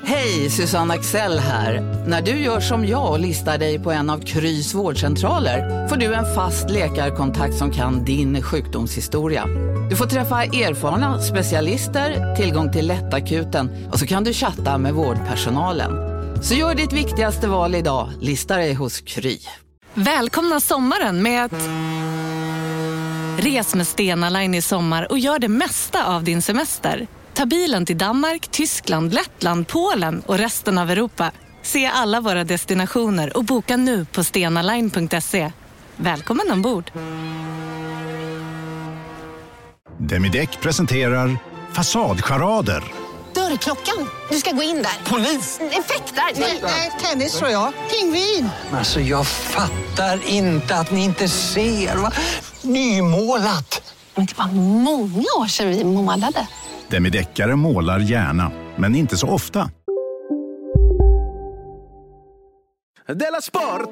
Hej, Susanne Axel här. När du gör som jag och listar dig på en av Krys vårdcentraler får du en fast läkarkontakt som kan din sjukdomshistoria. Du får träffa erfarna specialister, tillgång till lättakuten och så kan du chatta med vårdpersonalen. Så gör ditt viktigaste val idag, listar dig hos Kry. Välkomna sommaren med att... Res med Stena Line i sommar och gör det mesta av din semester. Ta bilen till Danmark, Tyskland, Lettland, Polen och resten av Europa. Se alla våra destinationer och boka nu på stenaline.se. Välkommen ombord! Demideck presenterar Fasadcharader. Dörrklockan, du ska gå in där. Polis? Effektar? Nej, tennis tror jag. Pingvin. Alltså jag fattar inte att ni inte ser. Va? Nymålat. Men det var många år sedan vi målade. Demideckare målar gärna, men inte så ofta. Della Sport!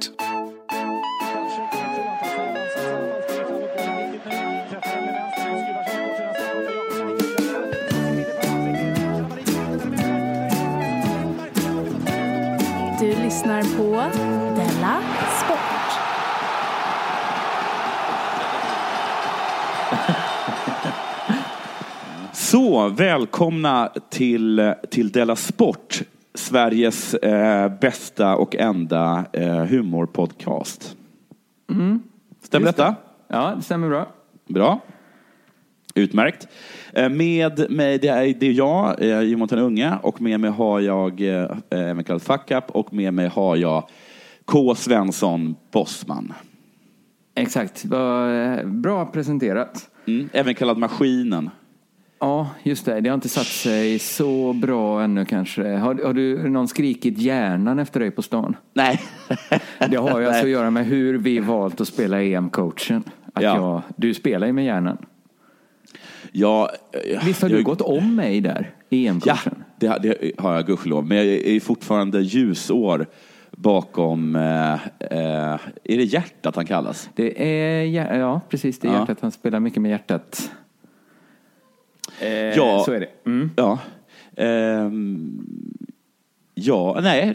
Du lyssnar på Della Sport. Så, välkomna till Della Sport, Sveriges bästa och enda humorpodcast. Stämmer detta? Ja, det stämmer bra. Bra. Utmärkt. Med mig, det är jag, Jonathan Unge, och med mig har jag även kallad Fuck Up, och med mig har jag K. Svensson Bossman. Exakt, bra presenterat. Även kallad Maskinen. Ja, just det. Det har inte satt sig så bra ännu kanske. Har du någon skrikit hjärnan efter dig på stan? Nej. Det har ju alltså att göra med hur vi valt att spela EM-coachen. Du spelar ju med hjärnan. Ja, visst har du gått om mig där, EM-coachen? Ja, det har jag gudskelov. Men jag är fortfarande ljusår bakom, är det hjärtat han kallas? Det är, ja precis, det är hjärtat. Han spelar mycket med hjärtat. Ja, så är det. Ja. Ja, nej,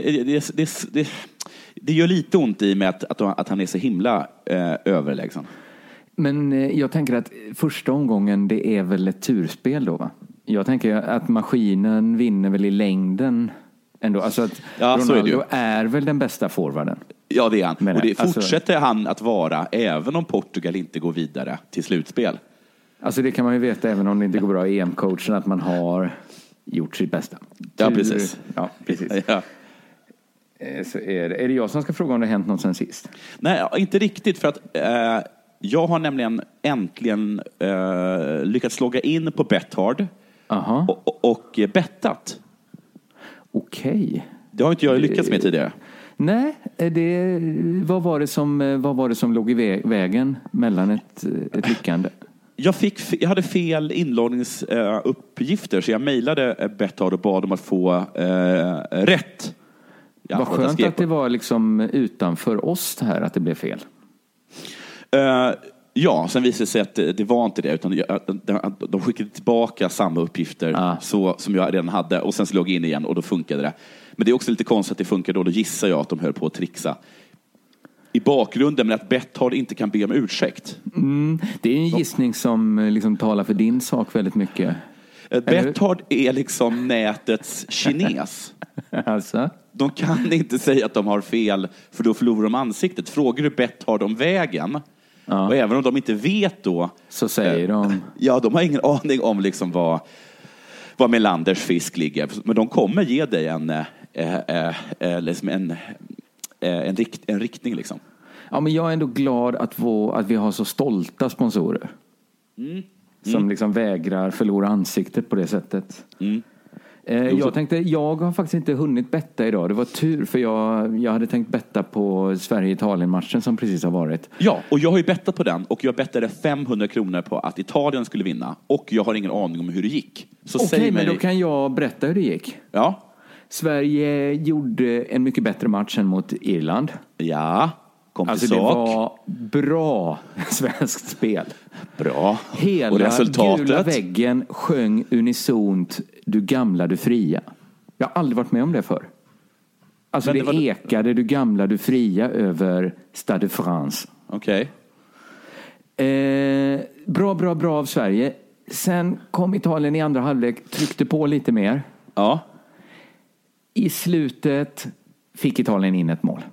det gör lite ont i mig att han är så himla överlägsen. Men jag tänker att första omgången, det är väl ett turspel då, va? Jag tänker att maskinen vinner väl i längden ändå. Alltså att Ronaldo är väl den bästa forwarden. Ja, det är han. Och det fortsätter han att vara även om Portugal inte går vidare till slutspel. Alltså det kan man ju veta även om det inte går bra i EM-coachen, att man har gjort sitt bästa. Ja, precis. Ja, precis. Ja. Så är det jag som ska fråga om det har hänt något sen sist? Nej, inte riktigt, för att jag har nämligen äntligen lyckats logga in på Bethard och bettat. Okej. Det har inte jag lyckats med tidigare. Nej, vad var det som låg i vägen mellan ett lyckande? Jag hade fel inloggningsuppgifter, så jag mejlade Bethard och bad om att få rätt. Vad skönt att det var liksom utanför oss här att det blev fel. Ja, sen visade det sig att det var inte det, utan de skickade tillbaka samma uppgifter så som jag redan hade, och sen så låg jag in igen och då funkade det. Men det är också lite konstigt att det funkar då gissar jag att de höll på att trixa i bakgrunden, men att Bethard inte kan be om ursäkt. Det är en gissning som liksom talar för din sak väldigt mycket. Bethard är liksom nätets kines. Alltså? De kan inte säga att de har fel, för då förlorar de ansiktet. Frågar du Bethard om vägen, och även om de inte vet då, så säger de... Ja, de har ingen aning om liksom vad Melanders fisk ligger. Men de kommer ge dig en riktning liksom. Ja, men jag är ändå glad att vi har så stolta sponsorer. Som liksom vägrar förlora ansiktet på det sättet. Jag tänkte, jag har faktiskt inte hunnit betta idag. Det var tur, för jag hade tänkt betta på Sverige-Italien-matchen som precis har varit. Ja, och jag har ju bettat på den, och jag bettade 500 kronor på att Italien skulle vinna, och jag har ingen aning om hur det gick. Okej, men då kan jag berätta hur det gick. Ja. Sverige gjorde en mycket bättre match än mot Irland. Ja. Alltså det var bra svenskt spel. Bra. Hela och resultatet? Gula väggen sjöng unisont "Du gamla, du fria". Jag har aldrig varit med om det förr. Alltså det ekade du gamla, du fria över Stade de France. Okej. Bra av Sverige. Sen kom Italien i andra halvlek, tryckte på lite mer. Ja. I slutet fick Italien in ett mål.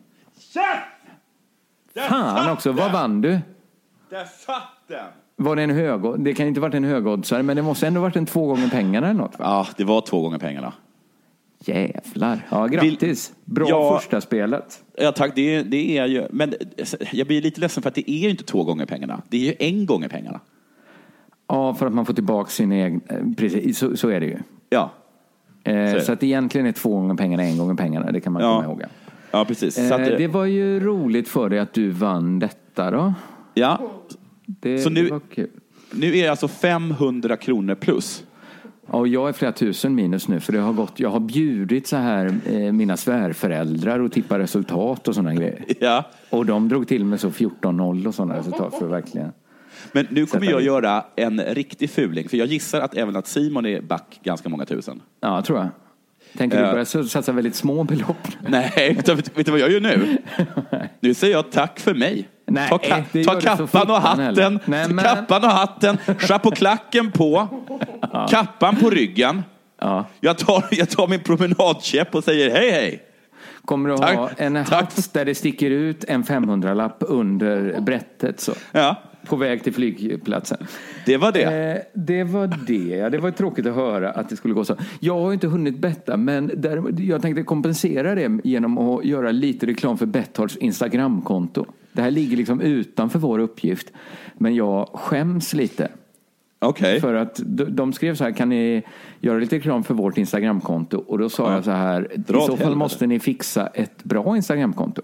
Fan också, vad vann du? Där satt den! Var det det kan inte ha varit en högoddsare, men det måste ändå ha varit en 2 gånger pengarna eller något. Ja, det var 2 gånger pengarna. Jävlar. Ja, grattis. Bra första spelet. Ja, tack. Det är ju... Men jag blir lite ledsen för att det är ju inte 2 gånger pengarna. Det är ju 1 gånger pengarna. Ja, för att man får tillbaka sin egen... Precis, så är det ju. Ja. Så att egentligen är 2 gånger pengarna 1 gånger pengarna. Det kan man komma ihåg. Ja, precis. Så att, det var ju roligt för dig att du vann detta då. Ja. Så det var kul. Nu är det alltså 500 kronor plus. Ja, och jag är flera tusen minus nu. För det har gått, jag har bjudit så här mina svärföräldrar och tippa resultat och sådana grejer. Ja. Och de drog till med så 14-0 och sådana resultat för verkligen. Men nu kommer jag göra en riktig fuling. För jag gissar att även att Simon är back ganska många tusen. Ja, tror jag. Tänker du börja satsa väldigt små belopp? Nej, vet du vad jag gör nu? Nu säger jag tack för mig. Nej, ta kappan och hatten. Kappan och hatten. Chapeauklacken på. Kappan på ryggen. Ja. Jag tar min promenadkäpp och säger hej. Kommer du ha en hatt där det sticker ut en 500-lapp under brättet så? Ja. På väg till flygplatsen. Det var det. Det var tråkigt att höra att det skulle gå så. Jag har inte hunnit betta, men jag tänkte kompensera det genom att göra lite reklam för Betthords Instagramkonto. Det här ligger liksom utanför vår uppgift, men jag skäms lite. Okej. För att de skrev så här: kan ni göra lite reklam för vårt Instagramkonto? Och då sa jag så här: i så fall måste ni fixa ett bra Instagramkonto.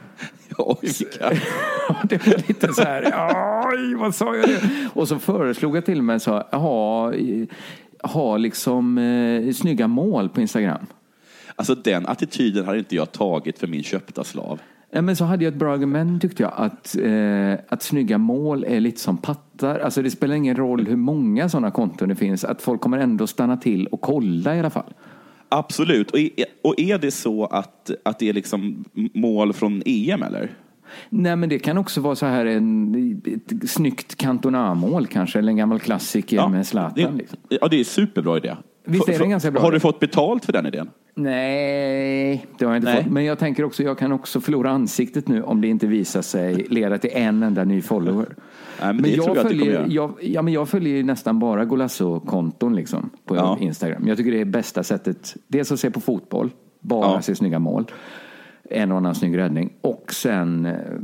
Det var lite så här, vad sa jag det? Och så föreslog jag till mig så ha liksom snygga mål på Instagram. Alltså den attityden hade inte jag tagit för min köpta slav. Ja, men så hade jag ett bra argument, tyckte jag, att snygga mål är lite som pattar. Alltså det spelar ingen roll hur många sådana konton det finns, att folk kommer ändå stanna till och kolla i alla fall. Absolut. Och är det så att det är liksom mål från EM eller? Nej, men det kan också vara så här ett snyggt Cantona-mål kanske, eller en gammal klassiker med Zlatan. Liksom. Ja, det är superbra idé. Visst är det ganska bra. Har du fått betalt för den idén? Nej, det har jag inte fått. Men jag tänker också, jag kan också förlora ansiktet nu om det inte visar sig leda till en enda ny follower. Nej, men jag följer nästan bara Golasso-konton liksom på Instagram. Jag tycker det är bästa sättet. Dels att se på fotboll, bara se snygga mål. En och annan snygg räddning. Och sen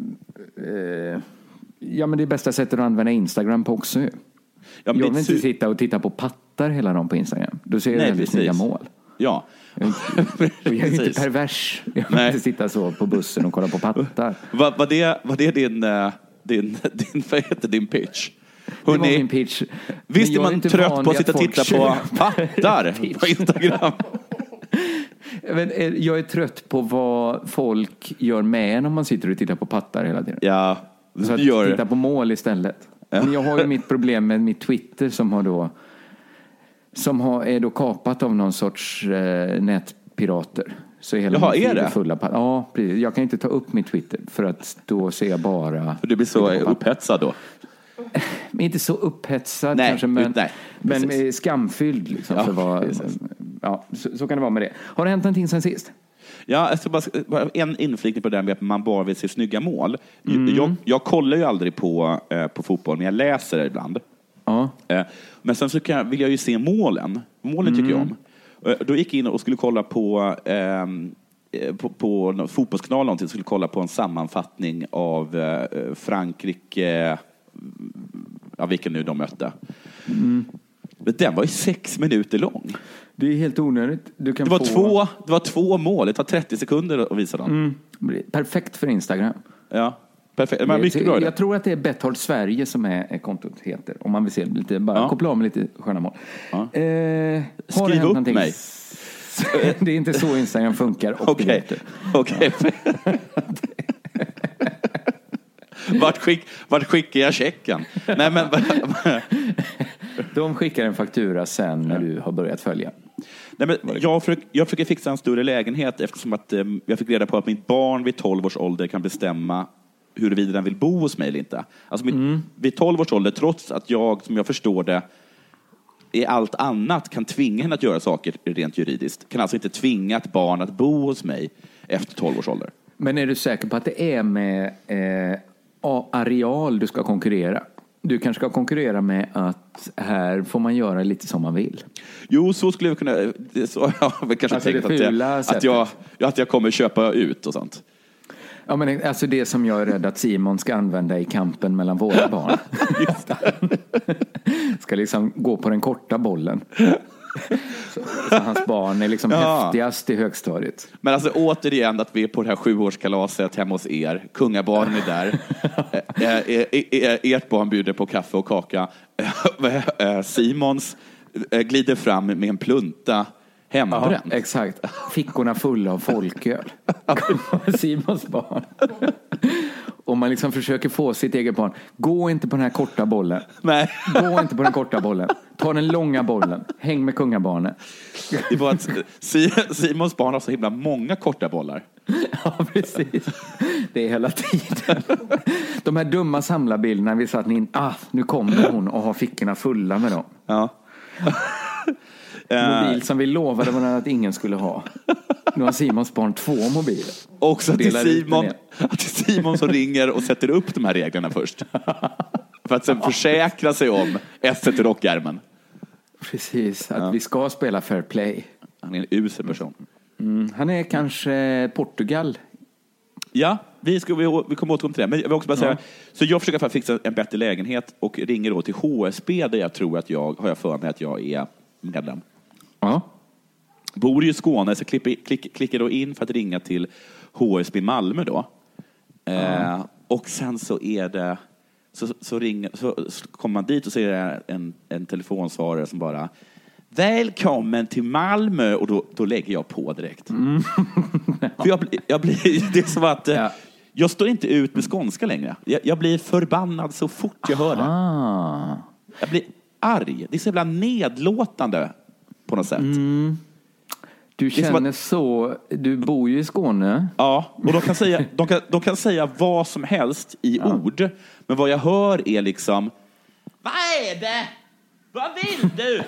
men det är bästa sättet att använda Instagram på också. Jag vill inte sitta och titta på pattar hela dagen på Instagram. Då ser jag väldigt snygga mål. Ja. Jag är inte pervers. Jag vill inte sitta så på bussen och kolla på pattar. Var det din vad heter din pitch? Det var min pitch. Visst är man trött på att sitta och titta på pattar på Instagram? Jag är trött på vad folk gör med när man sitter och tittar på pattar hela tiden. Ja, så att titta på mål istället. Ja. Men jag har ju mitt problem med mitt Twitter är då kapat av någon sorts nätpirater. Så hela är det? Fulla ja, precis. Jag kan inte ta upp mitt Twitter för att då ser jag bara... För du blir så upphetsad då? Inte så upphetsad kanske, men skamfylld liksom. Så kan det vara med det. Har det hänt någonting sen sist? Ja, bara en inflikning på det där med att man bara vill se snygga mål. Jag kollar ju aldrig på fotboll, men jag läser det ibland. Ja. Men sen så vill jag ju se målen. Målen tycker jag om. Då gick jag in och skulle kolla på fotbollskanal någonting. Skulle kolla på en sammanfattning av Frankrike, vilken nu de mötte. Men den var ju 6 minuter lång. Det är helt onödigt. Det var 2 mål. Det tar 30 sekunder att visa dem. Perfekt för Instagram. Ja, perfekt. Men mycket bra. Jag tror att det är Betthard Sverige som är kontot heter. Om man vill se lite, bara koppla om lite sköna mål. Ja. Skriv upp mig. Det är inte så Instagram funkar. Okej. Vart skickar jag checken? Nej, men... De skickar en faktura sen när du har börjat följa. Nej, men jag försöker fixa en större lägenhet eftersom att jag fick reda på att mitt barn vid 12 års ålder kan bestämma huruvida den vill bo hos mig eller inte. Alltså vid 12 års ålder, trots att jag, som jag förstår det, i allt annat kan tvinga henne att göra saker rent juridiskt, kan alltså inte tvinga ett barn att bo hos mig efter 12 års ålder. Men är du säker på att det är med areal du ska konkurrera? Du kanske ska konkurrera med att här får man göra lite som man vill. Jo, så skulle jag kunna... Så, jag kanske alltså tänkt att jag kommer köpa ut och sånt. Ja, men alltså det som jag är rädd att Simon ska använda i kampen mellan våra barn. Ska liksom gå på den korta bollen. Så hans barn är liksom häftigast i högstadiet. Men alltså återigen att vi är på det här 7-årskalaset hemma hos er. Kungabarnen är där. Ert barn bjuder på kaffe och kaka. Simons glider fram med en plunta hembränt. Ja, exakt. Fickorna fulla av folköl. Simons barn. Och man liksom försöker få sitt eget barn. Gå inte på den här korta bollen. Nej. Gå inte på den korta bollen. Ta den långa bollen. Häng med kungabarnen. Det var att Simons barn har så himla många korta bollar. Ja, precis. Det är hela tiden. De här dumma samlarbilderna vi satt in. Nu kommer hon och har fickorna fulla med dem. Ja. Mobil som vi lovade var att ingen skulle ha. Nu har Simons barn 2 mobiler. Också till Simon som ringer och sätter upp de här reglerna först. För att sen försäkra sig om ett i rockärmen. Precis, att vi ska spela fair play. Han är en usel person. Han är kanske Portugal. Ja, vi kommer återkomma till det. Men jag vill också bara säga, så jag försöker fixa en bättre lägenhet och ringer då till HSB där jag tror att har för mig att jag är medlem. Ja. Bor i Skåne så klickar då in för att ringa till HSB Malmö då. Och sen så är det så kommer man dit och så är det en telefonsvarare som bara välkommen till Malmö, och då lägger jag på direkt. För jag blir det är som att jag står inte ut med skånska längre. Jag blir förbannad så fort jag hör det. Jag blir arg. Det är så jävla nedlåtande på något sätt. Du känner så, du bor ju i Skåne. Ja, och de kan säga vad som helst i ord. Men vad jag hör är liksom, vad är det? Vad vill du?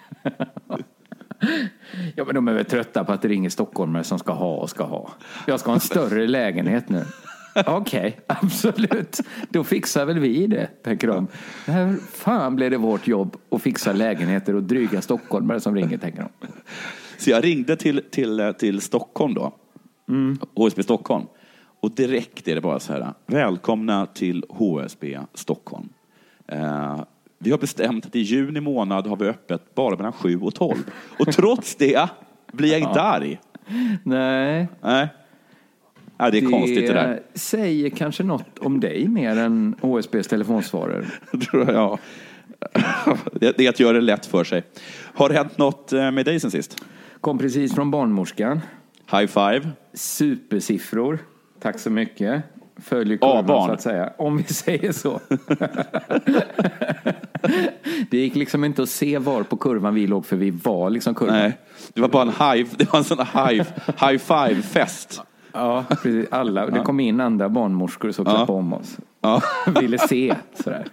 Ja, men de är väl trötta på att det ringer stockholmare som ska ha. Jag ska ha en större lägenhet nu. Okej, absolut. Då fixar väl vi det, tänker de. Här fan blev det vårt jobb att fixa lägenheter och dryga stockholmare som ringer, tänker de. Så jag ringde till Stockholm då. HSB Stockholm. Och direkt är det bara så här: välkomna till HSB Stockholm. Vi har bestämt att i juni månad har vi öppet bara mellan 7 och 12. Och trots det blir jag inte arg. Nej. Ja, det är konstigt det där. Det säger kanske något om dig mer än HSBs telefonsvarare. Tror jag. Det är att göra det lätt för sig. Har det hänt något med dig sen sist? Kom precis från barnmorskan. High five. Supersiffror. Tack så mycket. Följer kurvan så att säga. Om vi säger så. Det gick liksom inte att se var på kurvan vi låg, för vi var liksom kurvan. Nej, det var bara en sån high five fest. Ja, precis. Alla. Det kom in andra barnmorskor och så klappade om oss. Ja. Ville se sådär.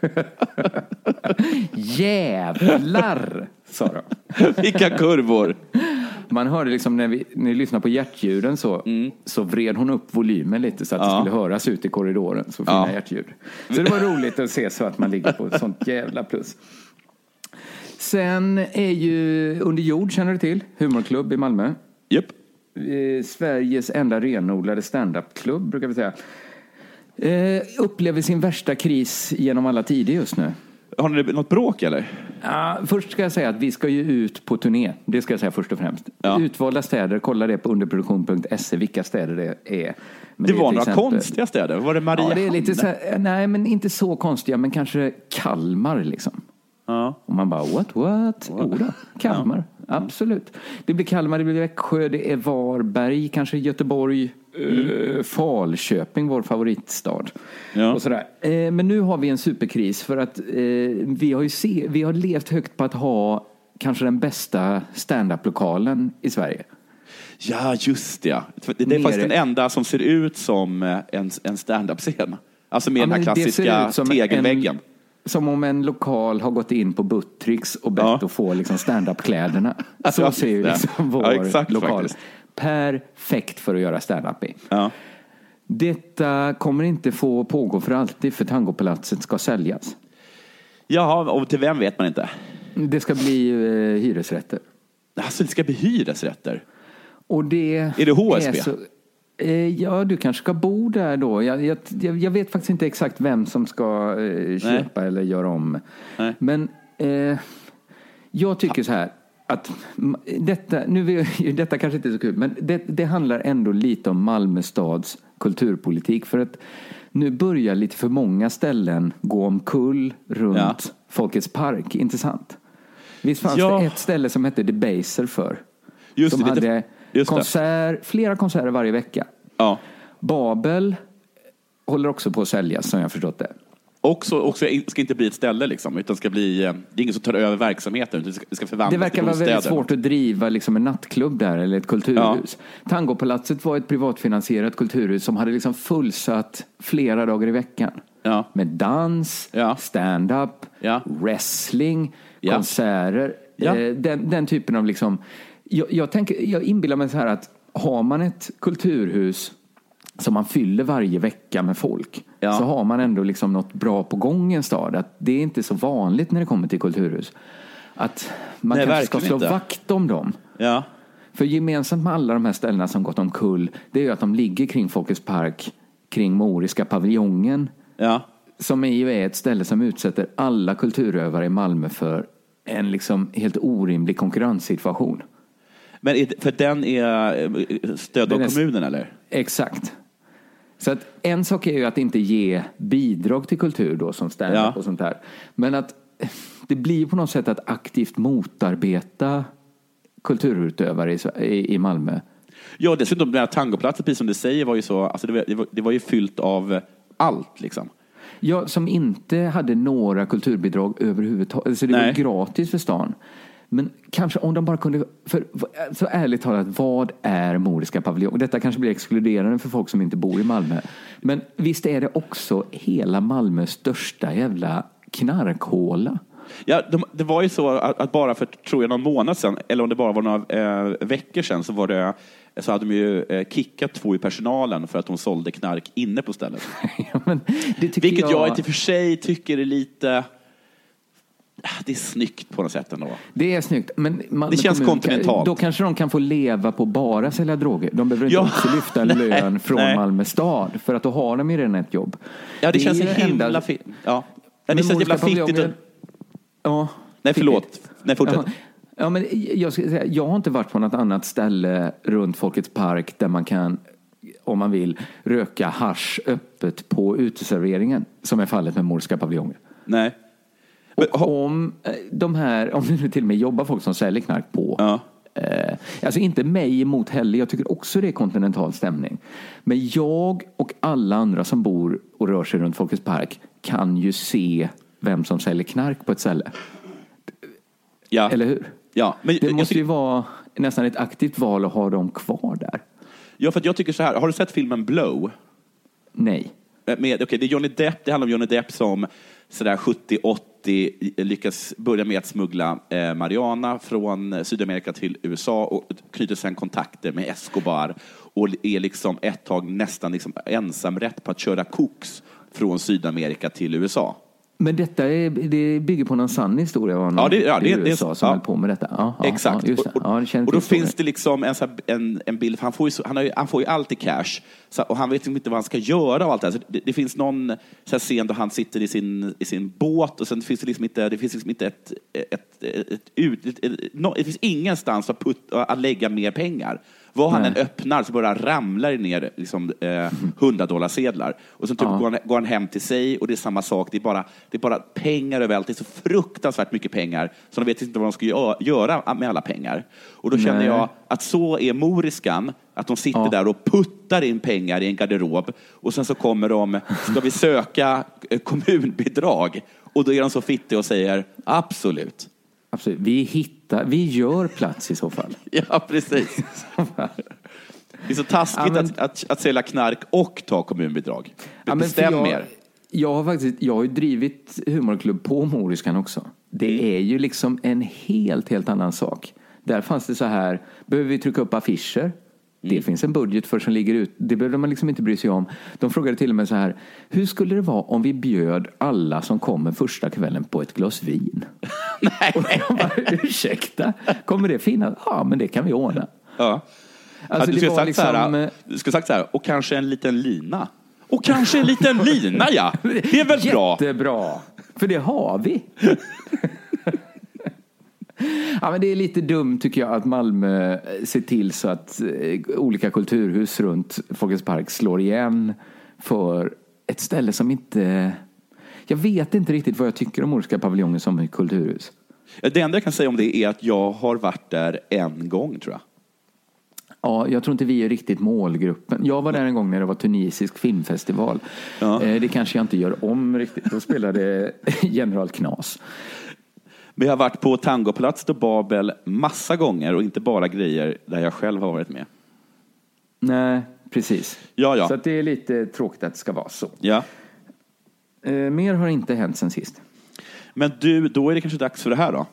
Jävlar, sa de. Vilka kurvor. Man hörde liksom när ni lyssnade på hjärtljuden så vred hon upp volymen lite så att det skulle höras ut i korridoren. Så fina hjärtljud. Så det var roligt att se så att man ligger på ett sånt jävla plus. Sen är ju Under jord, känner du till? Humorklubb i Malmö. Japp. Sveriges enda renodlade stand-up-klubb, brukar vi säga. Upplever sin värsta kris genom alla tider just nu. Har ni något bråk eller? Ja, först ska jag säga att vi ska ju ut på turné. Det ska jag säga först och främst. Utvalda städer, kolla det på underproduktion.se vilka städer det är. Men det var några konstiga städer. Var det Maria? Ja, det är lite så här, nej, men inte så konstiga, men kanske Kalmar liksom. Ja. Och man bara, what? Oda, Kalmar, absolut. Det blir Kalmar, det blir Växjö, det är Varberg, kanske Göteborg, Falköping, vår favoritstad. Ja. Och sådär. Men nu har vi en superkris för att vi har levt högt på att ha kanske den bästa stand-up-lokalen i Sverige. Ja, just det. Det är faktiskt den enda som ser ut som en stand-up-scen. Alltså med den här klassiska tegelväggen. Som om en lokal har gått in på Buttricks och bett att få liksom stand-up-kläderna. Så ser ju liksom vår lokal. Faktiskt. Perfekt för att göra stand-up i. Ja. Detta kommer inte få pågå för alltid, för Tangopalatset ska säljas. Ja, och till vem vet man inte. Det ska bli hyresrätter. Alltså det ska bli hyresrätter? Och det är det HSB? Ja, du kanske ska bo där då. Jag vet faktiskt inte exakt vem som ska köpa eller göra om. Nej. Men jag tycker så här att detta kanske inte är så kul, men det handlar ändå lite om Malmö stads kulturpolitik, för att nu börjar lite för många ställen gå omkull runt Folkets park, inte sant? Visst fanns det ett ställe som hette The Baser för. De hade flera konserter varje vecka. Ja. Babel håller också på att säljas, som jag förstått det. Också ska inte bli ett ställe liksom, utan ska bli, det är ingen som tar över verksamheten, det ska förvandlas. Det verkar vara väldigt svårt att driva liksom en nattklubb där eller ett kulturhus. Ja. Tangopalatset var ett privatfinansierat kulturhus som hade liksom fullsatt flera dagar i veckan. Ja. Med dans, stand-up, wrestling, konserter, den typen av liksom. Jag inbillar mig så här att har man ett kulturhus som man fyller varje vecka med folk, så har man ändå liksom något bra på gång i en stad. Att det är inte så vanligt när det kommer till kulturhus. Att man kanske ska slå vakt om dem. Ja. För gemensamt med alla de här ställena som gått omkull, det är ju att de ligger kring Folkets park, kring Moriska paviljongen. Ja. Som är ett ställe som utsätter alla kulturövare i Malmö för en liksom helt orimlig konkurrenssituation. Men för den är stöd av kommunen eller? Exakt. Så att en sak är ju att inte ge bidrag till kultur då, som stand-up och sånt där. Men att det blir på något sätt att aktivt motarbeta kulturutövare i Malmö. Ja, dessutom den här Tangoplatsen, precis som du säger, var ju så, alltså det var ju fyllt av allt liksom. Ja, som inte hade några kulturbidrag överhuvudtaget. Alltså det var gratis för stan. Men kanske om de bara kunde, för så ärligt talat, vad är Moriska paviljong? Detta kanske blir exkluderande för folk som inte bor i Malmö. Men visst är det också hela Malmös största jävla knarkhåla. Ja, det var ju så att bara för, tror jag, någon månad sedan, eller om det bara var några veckor sedan, så hade de ju kickat 2 i personalen för att de sålde knark inne på stället. Ja, men vilket jag inte för sig tycker är lite... Det är snyggt på något sätt ändå. Det är snyggt, men det känns kontinentalt. Då kanske de kan få leva på bara sälja droger. De behöver inte också lyfta lön från Malmö stad, för att då har de ju redan ett jobb. Ja, det känns himla fint. Ja. Det känns jävla fittigt. Ja. Nej, förlåt. Nej, fortsätt. Ja, men jag har inte varit på något annat ställe runt Folkets park där man kan, om man vill, röka hasch öppet på uteserveringen, som är fallet med Moriska paviljonger. Nej. Och om det nu till och med jobbar folk som säljer knark på, alltså inte mig emot heller, jag tycker också det är kontinental stämning, men jag och alla andra som bor och rör sig runt Folkets park kan ju se vem som säljer knark på ett ställe. Ja. Eller hur? Ja, men det måste ju vara nästan ett aktivt val att ha dem kvar där. Ja, för att jag tycker så här, har du sett filmen Blow? Nej. Det är Johnny Depp, det handlar om Johnny Depp som sådär 70-80 lyckas börja med att smuggla marijuana från Sydamerika till USA och knyter sedan kontakter med Escobar och är liksom ett tag nästan liksom ensamrätt på att köra koks från Sydamerika till USA. Men det bygger på någon sann historia av någon i USA som höll på med detta. Exakt. Just det. Och då finns det liksom en bild, han får ju alltid cash, och han vet inte vad han ska göra av allt det här. Så det finns någon så här scen då han sitter i sin båt, och sen finns det liksom inte det finns ingenstans att lägga mer pengar. Vad han än öppnar så bara ramlar det ner liksom, $100-sedlar. Och sen går han hem till sig, och det är samma sak. Det är bara pengar överallt. Det är så fruktansvärt mycket pengar, så de vet inte vad de ska göra med alla pengar. Och då känner jag att så är Moriskan, att de sitter där och puttar in pengar i en garderob, och sen så kommer de, ska vi söka kommunbidrag, och då är de så fittiga och säger absolut. Vi hittar ursäkta, vi gör plats i så fall. Ja, precis. Det är så taskigt att sälja knark och ta kommunbidrag. Bestäm mer. Jag har ju drivit humorklubb på Moriskan också. Det är ju liksom en helt annan sak. Där fanns det så här, behöver vi trycka upp affischer? Det finns en budget för som ligger ut. Det behöver man liksom inte bry sig om. De frågade till och med så här, hur skulle det vara om vi bjöd alla som kommer första kvällen på ett glas vin? Nej. Och jag bara, ursäkta, kommer det finnas? Ja, men det kan vi ordna. Ja. Alltså, du skulle sagt så här, och kanske en liten lina. Och kanske en liten lina, ja. Det är väl bra? Jättebra, för det har vi. Ja, men det är lite dumt tycker jag att Malmö ser till så att olika kulturhus runt Folkets park slår igen för ett ställe som inte... Jag vet inte riktigt vad jag tycker om Orska paviljongen som kulturhus. Det enda jag kan säga om det är att jag har varit där en gång, tror jag. Ja, jag tror inte vi är riktigt målgruppen. Jag var där en gång när det var tunisisk filmfestival. Ja. Det kanske jag inte gör om riktigt. Då spelade General Knas. Men jag har varit på Tangoplats och Babel massa gånger och inte bara grejer där jag själv har varit med. Nej, precis. Ja. Så att det är lite tråkigt att det ska vara så. Ja. Mer har inte hänt sen sist. Men du, då är det kanske dags för det här då.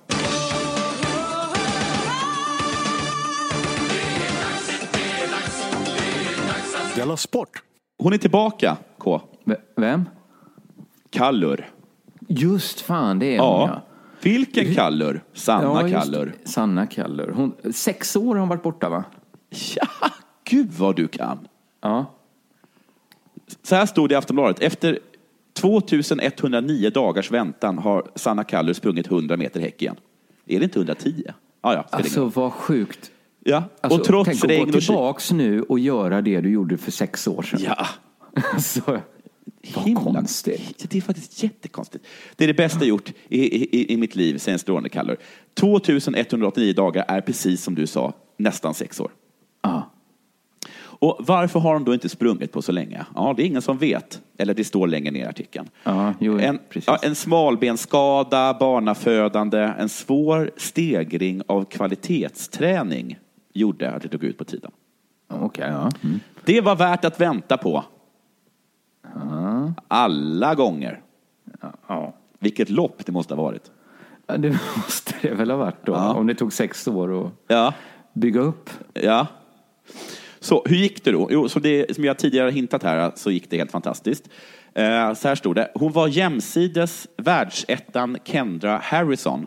Della Sport. Hon är tillbaka, K. Vem? Kallur. Just fan, det är hon, ja. Vilken Kallur? Sanna Kallur. Sanna Kallur. 6 år har hon varit borta, va? Ja, gud vad du kan. Ja. Så här stod det i Aftonbladet. Efter 2109 dagars väntan har Sanna Kallur sprungit 100 meter häck igen. Är det inte 110? Ja. Alltså, vad sjukt. Ja, alltså, och trots regn och gå tillbaks nu och göra det du gjorde för 6 år sedan. Ja. Alltså, vad konstigt. Det är faktiskt jättekonstigt. Det är det bästa jag gjort i mitt liv sen strålande Kallur. 2189 dagar är precis som du sa, nästan 6 år. Ja. Och varför har de då inte sprungit på så länge? Ja, det är ingen som vet. Eller det står längre ner i artikeln. Ja, en smalbenskada, barnafödande, en svår stegring av kvalitetsträning gjorde att det tog ut på tiden. Okej, ja. Mm. Det var värt att vänta på. Ja. Alla gånger. Ja. Vilket lopp det måste ha varit. Ja, det måste det väl ha varit då. Ja. Om det tog 6 år att bygga upp. Ja. Så hur gick det då? Jo, så det som jag tidigare hintat här, så gick det helt fantastiskt. Så här stod det. Hon var jämsides världsettan Kendra Harrison.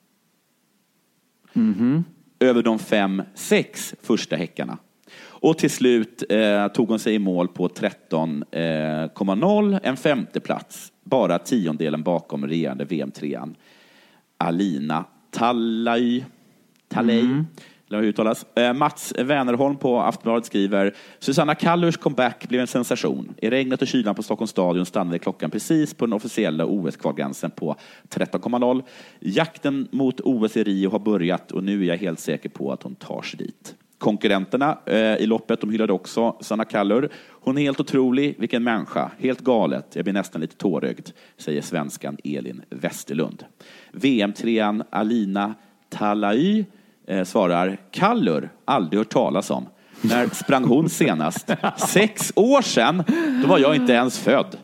Över de 5-6 första häckarna. Och till slut tog hon sig i mål på 13,0, en 5:e plats. Bara 10:delen bakom regerande VM-3an. Alina Talay. Eller hur uttalas. Mats Vänerholm på Aftonbladet skriver: Susanna Kallurs comeback blev en sensation. I regnet och kylan på Stockholms stadion stannade klockan precis på den officiella OS-kvalgränsen på 13,0. Jakten mot OS i Rio har börjat och nu är jag helt säker på att hon tar sig dit. Konkurrenterna i loppet, de hyllade också Susanna Kallur. Hon är helt otrolig, vilken människa. Helt galet, jag blir nästan lite tårögd, säger svenskan Elin Westerlund. VM-3an Alina Talay svarar: Kallur, aldrig hört talas om. När sprang hon senast? 6 år sedan, då var jag inte ens född.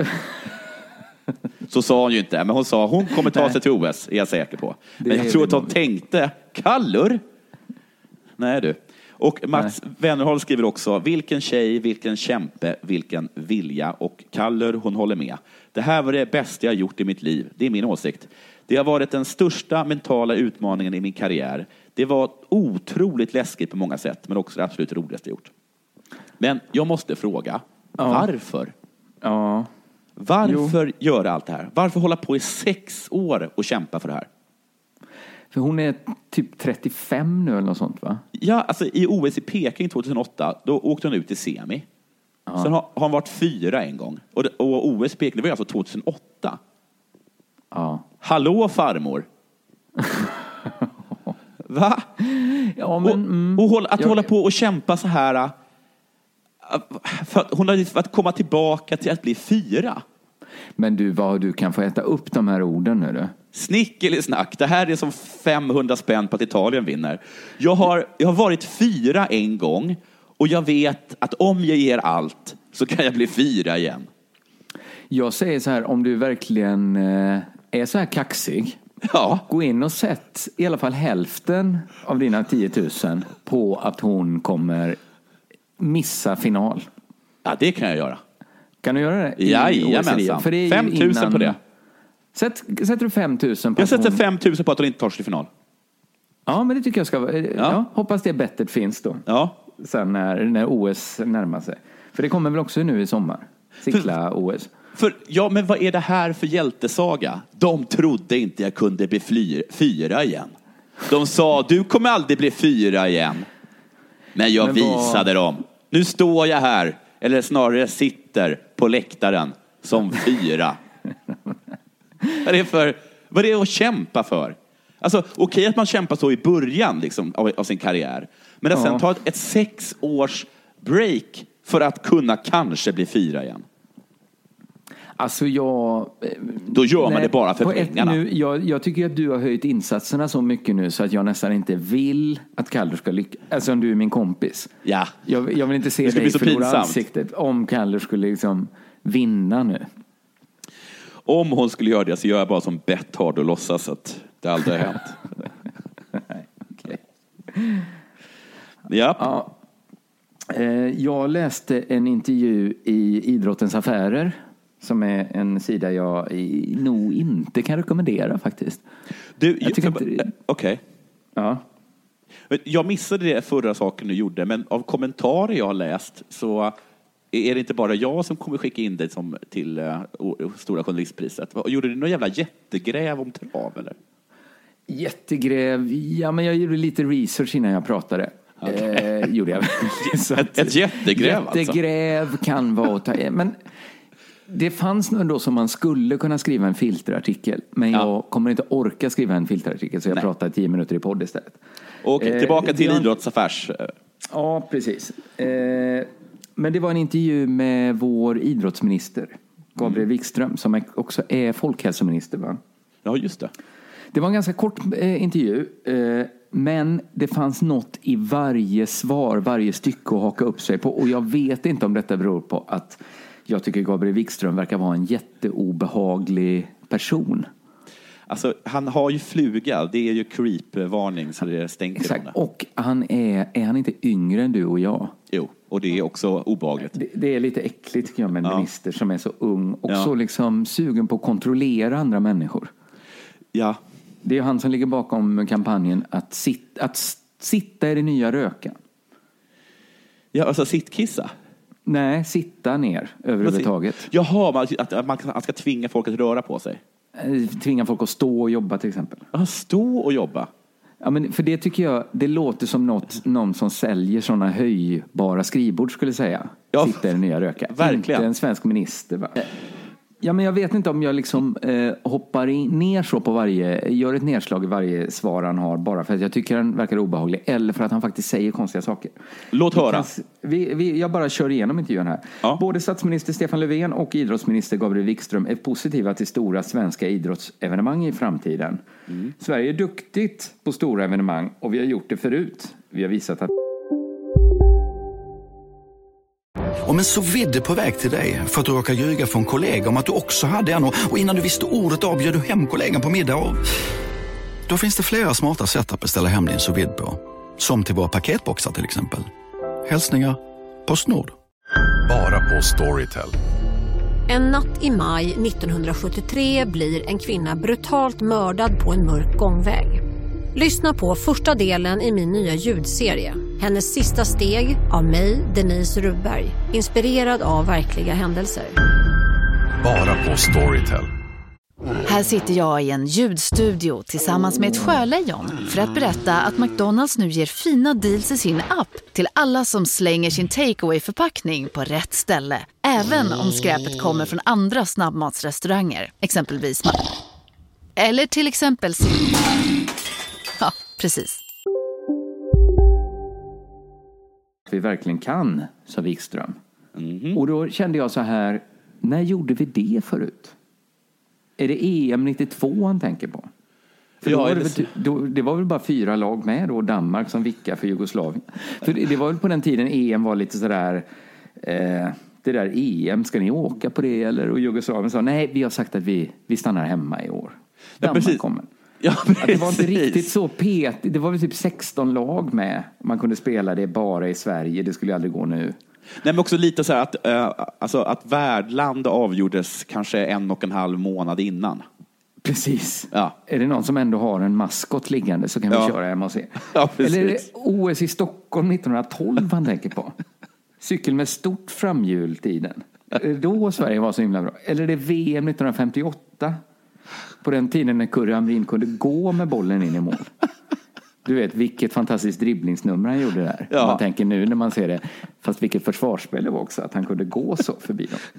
Så sa hon ju inte, men hon sa hon kommer ta sig till OS, är jag säker på. Men jag tror att hon tänkte: Kallur? Nej du. Och Mats Wennerholm skriver också: vilken tjej, vilken kämpe, vilken vilja. Och Kallur, hon håller med. Det här var det bästa jag gjort i mitt liv. Det är min åsikt. Det har varit den största mentala utmaningen i min karriär. Det var otroligt läskigt på många sätt, men också det absolut roligaste jag gjort. Men jag måste fråga, varför? Ja. Varför göra allt det här? Varför hålla på i 6 år och kämpa för det här? För hon är typ 35 nu eller något sånt, va? Ja, alltså i OS i Peking 2008, då åkte hon ut i semi. Ja. Sen har hon varit 4 en gång. Och OS i Peking, det var alltså 2008. Ja. Hallå farmor. Va? Ja, men, hålla på och kämpa så här. För att hon har att komma tillbaka till att bli 4. Men du, vad du kan få äta upp de här orden nu då. Snick eller snack. Det här är som 500 spänn på att Italien vinner. Jag har varit 4 en gång. Och jag vet att om jag ger allt så kan jag bli 4 igen. Jag säger så här, om du verkligen är så här kaxig. Ja. Gå in och sätt i alla fall hälften av dina 10 000 på att hon kommer missa final. Ja, det kan jag göra. Kan du göra det? Jajamensan. 5 000 på det. Sätter du 5 000 på jag sätter 5 000 på att hon inte tar sig till final. Ja, men det tycker jag ska vara. Ja, hoppas det bettet finns då. Ja. Sen när OS närmar sig. För det kommer väl också nu i sommar. Cykla OS. Men vad är det här för hjältesaga? De trodde inte jag kunde bli 4 igen. De sa, du kommer aldrig bli 4 igen. Men jag visade dem. Nu står jag här, eller snarare sitter på läktaren som 4. Vad är det att kämpa för? Alltså, okej att man kämpar så i början liksom, av sin karriär. Men att sen ta ett 6 års break för att kunna kanske bli 4 igen. Alltså då gör man det bara för pengarna. Jag tycker att du har höjt insatserna så mycket nu så att jag nästan inte vill att Kallur ska lyckas. Alltså om du är min kompis. Ja. Jag vill inte se dig förlora ansiktet om Kallur skulle liksom vinna nu. Om hon skulle göra det så gör jag bara som Bett har och låtsas att det aldrig har hänt. Okay. Ja. Jag läste en intervju i Idrottens affärer som är en sida jag nog inte kan rekommendera faktiskt. Okej. Ja. Jag missade det förra saken du gjorde, men av kommentarer jag har läst så är det inte bara jag som kommer skicka in dig till Stora journalistpriset. Gjorde du någon jävla jättegräv om trav eller? Jättegräv? Ja, men jag gjorde lite research innan jag pratade. Gjorde jag. Ett jättegräv alltså? Jättegräv kan vara att ta. Men det fanns nog ändå som man skulle kunna skriva en filterartikel. Men jag kommer inte orka skriva en filterartikel så jag pratar 10 minuter i podd istället. Och tillbaka till idrottsaffärs. Ja, precis. Men det var en intervju med vår idrottsminister Gabriel Wikström som också är folkhälsominister, va? Ja, just det. Det var en ganska kort intervju, men det fanns något i varje svar, varje stycke att haka upp sig på. Och jag vet inte om detta beror på att jag tycker Gabriel Wikström verkar vara en jätteobehaglig person. Alltså, han har ju fluga. Det är ju creep-varning så det stänker. Exakt, och är han inte yngre än du och jag? Jo, och det är också obehagligt. Det är lite äckligt tycker jag med en minister som är så ung och så liksom sugen på att kontrollera andra människor. Ja. Det är han som ligger bakom kampanjen att sitta i det nya röka. Ja, alltså sittkissa? Nej, sitta ner överhuvudtaget. Jaha, att man ska tvinga folk att röra på sig. Tvinga folk att stå och jobba till exempel. Ja, stå och jobba? Ja, men för det tycker jag, det låter som någon som säljer sådana höjbara skrivbord skulle säga. Ja, sitta i det nya röka. Verkligen. Inte en svensk minister, va? Ja, men jag vet inte om jag liksom hoppar ner så på gör ett nedslag i varje svar han har bara för att jag tycker han verkar obehaglig eller för att han faktiskt säger konstiga saker. Låt höra. Jag bara kör igenom intervjun här. Ja. Både statsminister Stefan Löfven och idrottsminister Gabriel Wikström är positiva till stora svenska idrottsevenemang i framtiden. Sverige är duktigt på stora evenemang och vi har gjort det förut. Vi har visat att Om en sous vide på väg till dig för att du råkar ljuga för en kollega om att du också hade en och innan du visste ordet av bjöd du hem kollegan på middag och... Då finns det flera smarta sätt att beställa hem din sous vide på. Som till våra paketboxar till exempel. Hälsningar PostNord. Bara på Storytel. En natt i maj 1973 blir en kvinna brutalt mördad på en mörk gångväg. Lyssna på första delen i min nya ljudserie. Hennes sista steg av mig, Denise Rubberg. Inspirerad av verkliga händelser. Bara på Storytel. Här sitter jag i en ljudstudio tillsammans med ett sjölejon för att berätta att McDonald's nu ger fina deals i sin app till alla som slänger sin takeaway-förpackning på rätt ställe. Även om skräpet kommer från andra snabbmatsrestauranger, exempelvis eller till exempel ja, precis. Vi verkligen kan, sa Wikström. Och då kände jag så här, när gjorde vi det förut? Är det EM 92 han tänker på? För det var väl bara 4 lag med då, Danmark som vickar för Jugoslavien. För det var väl på den tiden EM var lite sådär, det där EM, ska ni åka på det eller? Och Jugoslavien sa, nej, vi har sagt att vi stannar hemma i år. Danmark kommer. Ja, att det var inte riktigt så petigt. Det var väl typ 16 lag med. Man kunde spela det bara i Sverige. Det skulle aldrig gå nu. Nej, men också lite så här att värdland avgjordes kanske 1,5 månad innan. Precis. Ja. Är det någon som ändå har en maskot liggande så kan vi köra hem och se. Ja, eller är det OS i Stockholm 1912 han tänker på? Cykel med stort framhjultiden. Då Sverige var så himla bra. Eller är det VM 1958? På den tiden när Kurre Hamrin kunde gå med bollen in i mål. Du vet vilket fantastiskt dribblingsnummer han gjorde där. Ja. Man tänker nu när man ser det. Fast vilket försvarsspel det var också. Att han kunde gå så förbi dem.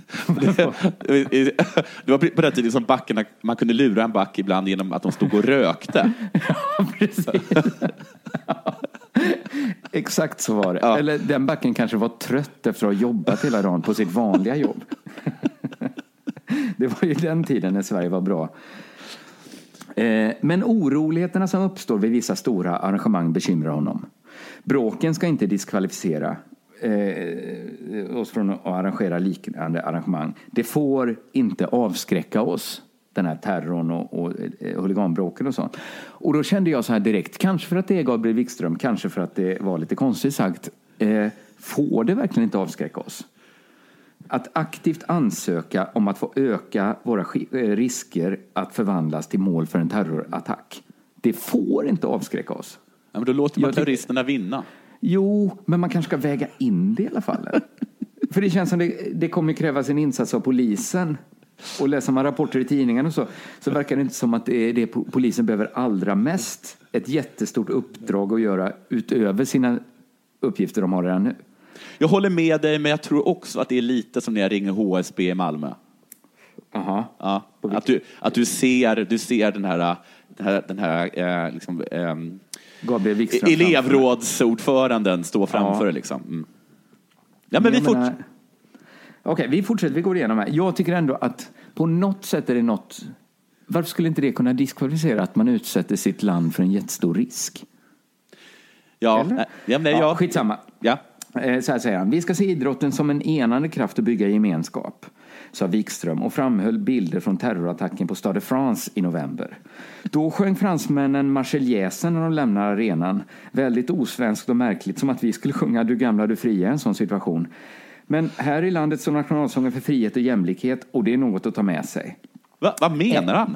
Det var på den tiden som backarna, man kunde lura en back ibland genom att de stod och rökte. Ja, precis. Ja. Exakt så var det. Ja. Eller den backen kanske var trött efter att ha jobbat hela dagen på sitt vanliga jobb. Det var ju den tiden när Sverige var bra. Men oroligheterna som uppstår vid vissa stora arrangemang bekymrar honom. Bråken ska inte diskvalificera oss från att arrangera liknande arrangemang. Det får inte avskräcka oss, den här terrorn och huliganbråken och sånt. Och då kände jag så här direkt, kanske för att det är Gabriel Wikström, kanske för att det var lite konstigt sagt, får det verkligen inte avskräcka oss? Att aktivt ansöka om att få öka våra risker att förvandlas till mål för en terrorattack. Det får inte avskräcka oss. Ja, men då låter man terroristerna vinna. Jo, men man kanske ska väga in det i alla fall. För det känns som det kommer krävas en insats av polisen. Och läser man rapporter i tidningen och så verkar det inte som att det är det polisen behöver allra mest. Ett jättestort uppdrag att göra utöver sina uppgifter de har redan nu. Jag håller med dig, men jag tror också att det är lite som när jag ringer HSB i Malmö. Aha. Ja, att du ser den här liksom, Gabriel Wikström elevrådsordföranden stå framför liksom. Mm. Ja, men vi fortsätter. Okej, vi fortsätter, vi går igenom här. Jag tycker ändå att på något sätt är det något. Varför skulle inte det kunna diskvalificera att man utsätter sitt land för en jättestor risk? Ja, skitsamma. Ja. Så här säger han. Vi ska se idrotten som en enande kraft att bygga gemenskap, sa Wikström och framhöll bilder från terrorattacken på Stade de France i november. Då sjöng fransmännen Marseljäsen när de lämnar arenan. Väldigt osvenskt och märkligt, som att vi skulle sjunga Du gamla, du fria i en sån situation. Men här i landet så nationalsången för frihet och jämlikhet, och det är något att ta med sig. Vad menar han?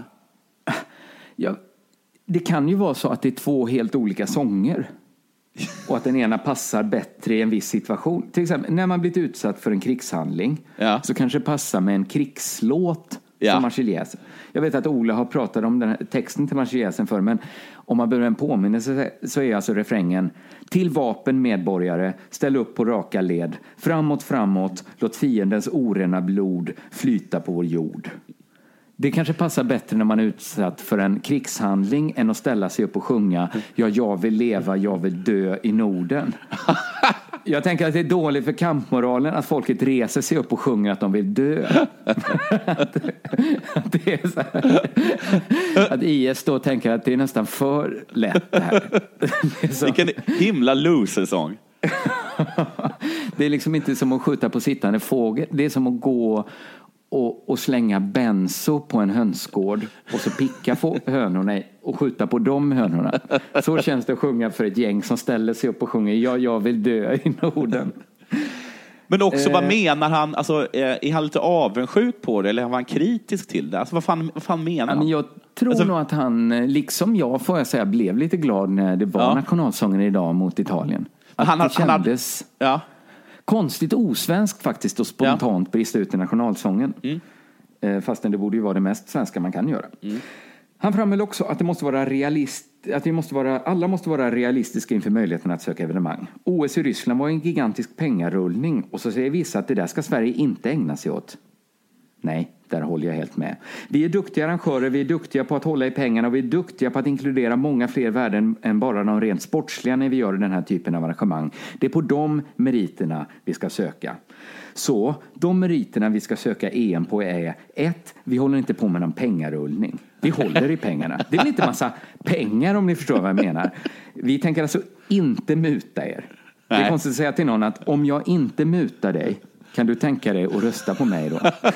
Ja, det kan ju vara så att det är 2 helt olika sånger. Och att den ena passar bättre i en viss situation. Till exempel när man blivit utsatt för en krigshandling, så kanske det passar med en krigslåt som Marseljäsen. Jag vet att Ola har pratat om den här texten till Marseljäsen förr, men om man behöver en påminnelse så är alltså refrängen: till vapen medborgare, ställ upp på raka led, framåt, låt fiendens orena blod flyta på vår jord. Det kanske passar bättre när man är utsatt för en krigshandling än att ställa sig upp och sjunga ja, jag vill leva, jag vill dö i Norden. Jag tänker att det är dåligt för kampmoralen att folket reser sig upp och sjunger att de vill dö. att det är så här, att IS då tänker att det är nästan för lätt det här. Vilken himla loser-sång. Det är liksom inte som att skjuta på sittande fågel. Det är som att gå och slänga benzo på en hönsgård och så picka hönorna och skjuta på de hönorna. Så känns det att sjunga för ett gäng som ställer sig upp och sjunger ja, jag vill dö i Norden. Men också, vad menar han? Alltså, är han lite avundsjuk på det, eller var han kritisk till det? Alltså, vad fan menar han? Men jag tror nog att han, liksom jag får jag säga, blev lite glad när det var nationalsången idag mot Italien. Att det kändes konstigt osvenskt faktiskt och spontant brista ut i nationalsången. Fastän det borde ju vara det mest svenska man kan göra. Han framhöll också att det måste vara alla måste vara realistiska inför möjligheten att söka evenemang. OS i Ryssland var en gigantisk pengarullning, och så säger vissa att det där ska Sverige inte ägna sig åt. Nej, där håller jag helt med. Vi är duktiga arrangörer, vi är duktiga på att hålla i pengarna och vi är duktiga på att inkludera många fler värden än bara de rent sportsliga när vi gör den här typen av arrangemang. Det är på de meriterna vi ska söka. Så de meriterna vi ska söka EM på är 1. Vi håller inte på med någon pengarullning. Vi håller i pengarna. Det är väl inte massa pengar om ni förstår vad jag menar. Vi tänker alltså inte muta er. Det är konstigt att säga till någon att om jag inte mutar dig, kan du tänka dig att rösta på mig då?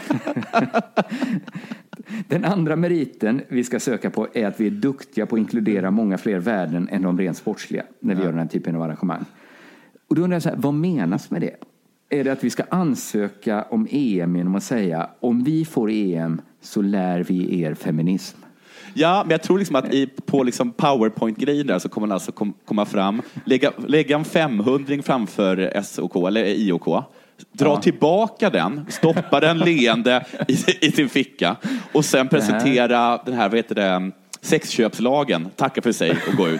Den andra meriten vi ska söka på är att vi är duktiga på att inkludera många fler värden än de rent sportsliga när vi gör den här typen av arrangemang. Och då undrar jag så här, vad menas med det? Är det att vi ska ansöka om EM genom att säga om vi får EM så lär vi er feminism? Ja, men jag tror liksom att på liksom PowerPoint-grejen där så kommer man alltså komma fram, lägga en 500 framför SOK eller IOK, dra tillbaka den, stoppa den leende i sin ficka och sen presentera den här, vad heter det, sexköpslagen, tacka för sig och gå ut.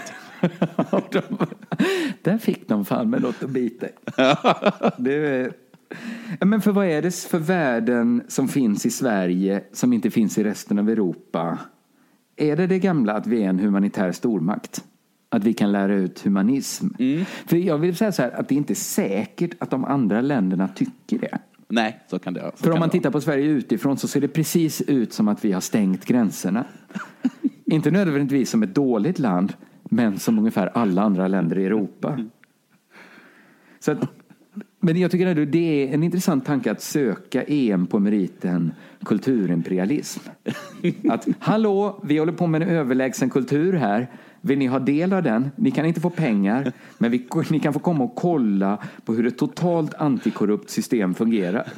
Där fick de fan med något att bita. Men för vad är det för värden som finns i Sverige som inte finns i resten av Europa? Är det gamla att vi är en humanitär stormakt? Att vi kan lära ut humanism? För jag vill säga så här, att det är inte säkert att de andra länderna tycker det. Nej, så kan det. För om man tittar på Sverige utifrån så ser det precis ut som att vi har stängt gränserna. Inte nödvändigtvis som ett dåligt land, men som ungefär alla andra länder i Europa. Så att, men jag tycker att det är en intressant tanke att söka EM på meriten kulturimperialism. Att, hallå, vi håller på med en överlägsen kultur här. Vill ni ha del av den? Ni kan inte få pengar, men ni kan få komma och kolla på hur ett totalt antikorrupt system fungerar.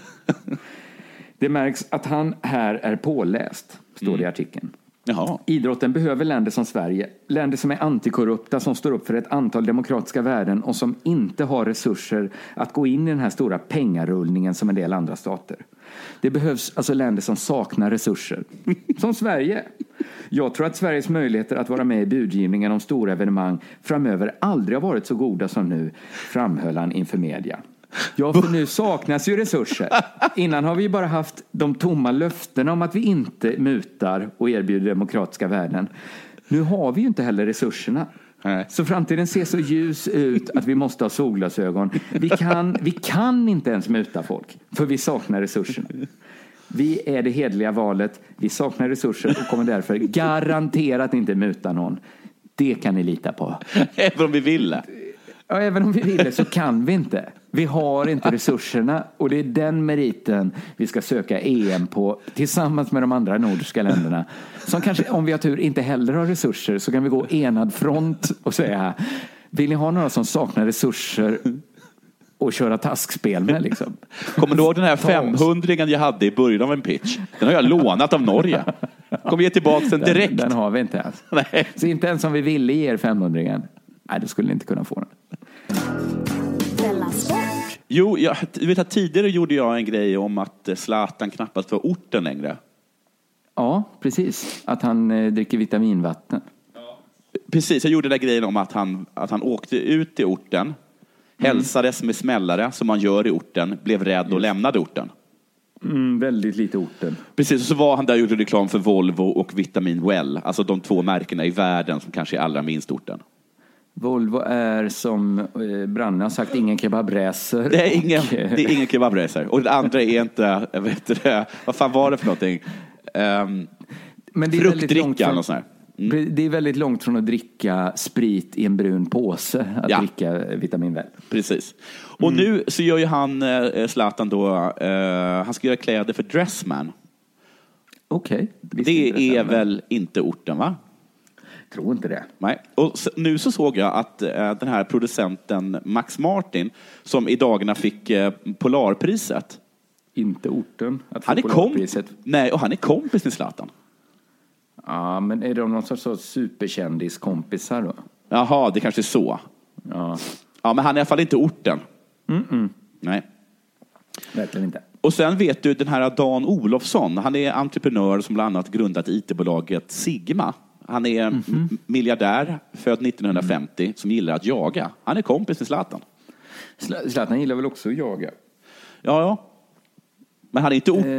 Det märks att han här är påläst, står det i artikeln. Jaha. Idrotten behöver länder som Sverige. Länder som är antikorrupta, som står upp för ett antal demokratiska värden och som inte har resurser att gå in i den här stora pengarullningen som en del andra stater. Det behövs alltså länder som saknar resurser. Som Sverige. Jag tror att Sveriges möjligheter att vara med i budgivningen om stora evenemang framöver aldrig har varit så goda som nu, framhöll han inför media. Ja, för nu saknas ju resurser. Innan har vi ju bara haft de tomma löftena om att vi inte mutar och erbjuder demokratiska värden. Nu har vi ju inte heller resurserna. Nej. Så framtiden ser så ljus ut att vi måste ha solglasögon. Vi kan inte ens muta folk, för vi saknar resurserna. Vi är det hedliga valet. Vi saknar resurser och kommer därför garanterat inte muta någon. Det kan ni lita på. Även om vi ville. Ja, även om vi ville så kan vi inte. Vi har inte resurserna och det är den meriten vi ska söka EM på tillsammans med de andra nordiska länderna. Som kanske, om vi har tur, inte heller har resurser, så kan vi gå enad front och säga, vill ni ha några som saknar resurser och köra taskspel med liksom? Kommer du ihåg den här 500-ringen jag hade i början av en pitch? Den har jag lånat av Norge. Kommer ge tillbaka den direkt. Den har vi inte ens. Nej. Så inte ens om vi ville ge er 500-ringen. Nej, då skulle ni inte kunna få den. Jo, jag vet att tidigare gjorde jag en grej om att Zlatan knappast var orten längre. Ja, precis. Att han dricker vitaminvatten. Ja. Precis, jag gjorde den grejen om att han åkte ut till orten, hälsades med smällare som man gör i orten, blev rädd och lämnade orten. Väldigt lite orten. Precis, och så var han där och gjorde reklam för Volvo och Vitamin Well. Alltså de två märkena i världen som kanske är allra minst orten. Volvo är, som Branne har sagt, ingen kebabracer. Det är ingen kebabracer. Och det andra är inte, vad fan var det för någonting? Men det är fruktdricka och sånt här. Det är väldigt långt från att dricka sprit i en brun påse att dricka Vitamin Well. Precis. Och nu så gör ju han, Zlatan då, han ska göra kläder för Dressman. Okej. Det är väl inte orten, va? Tror inte det. Nej. Och nu så såg jag att den här producenten Max Martin, som i dagarna fick Polarpriset. Inte orten att få han är Polarpriset. Nej, och han är kompis med Zlatan. Ja, men är de någon sorts superkändiskompisar då? Jaha, det kanske är så. Ja. Ja, men han är i alla fall inte orten. Nej. Verkligen inte. Och sen vet du, den här Dan Olofsson, han är entreprenör som bland annat grundat IT-bolaget Sigma. Han är miljardär, född 1950, som gillar att jaga. Han är kompis med Zlatan. Zlatan gillar väl också att jaga? Ja. Men han är inte orten.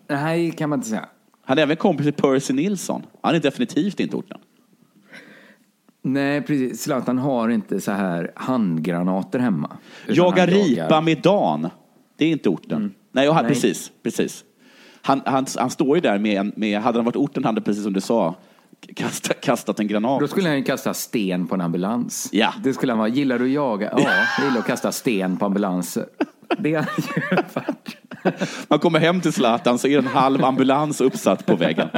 Nej, kan man inte säga. Han är även kompis till Percy Nilsson. Han är definitivt inte orten. Nej, precis. Zlatan har inte så här handgranater hemma. Jaga ripa med Dan. Det är inte orten. Nej, Nej. Precis. Han står ju där med hade han varit orten hade precis som du sa kastat en granat. Då skulle han ju kasta sten på en ambulans. Ja. Det skulle han vara. Gillar du att jaga? Ja, jag gillar att kasta sten på ambulanser. Det är ju varit. Man kommer hem till Zlatan så är en halv ambulans uppsatt på väggen.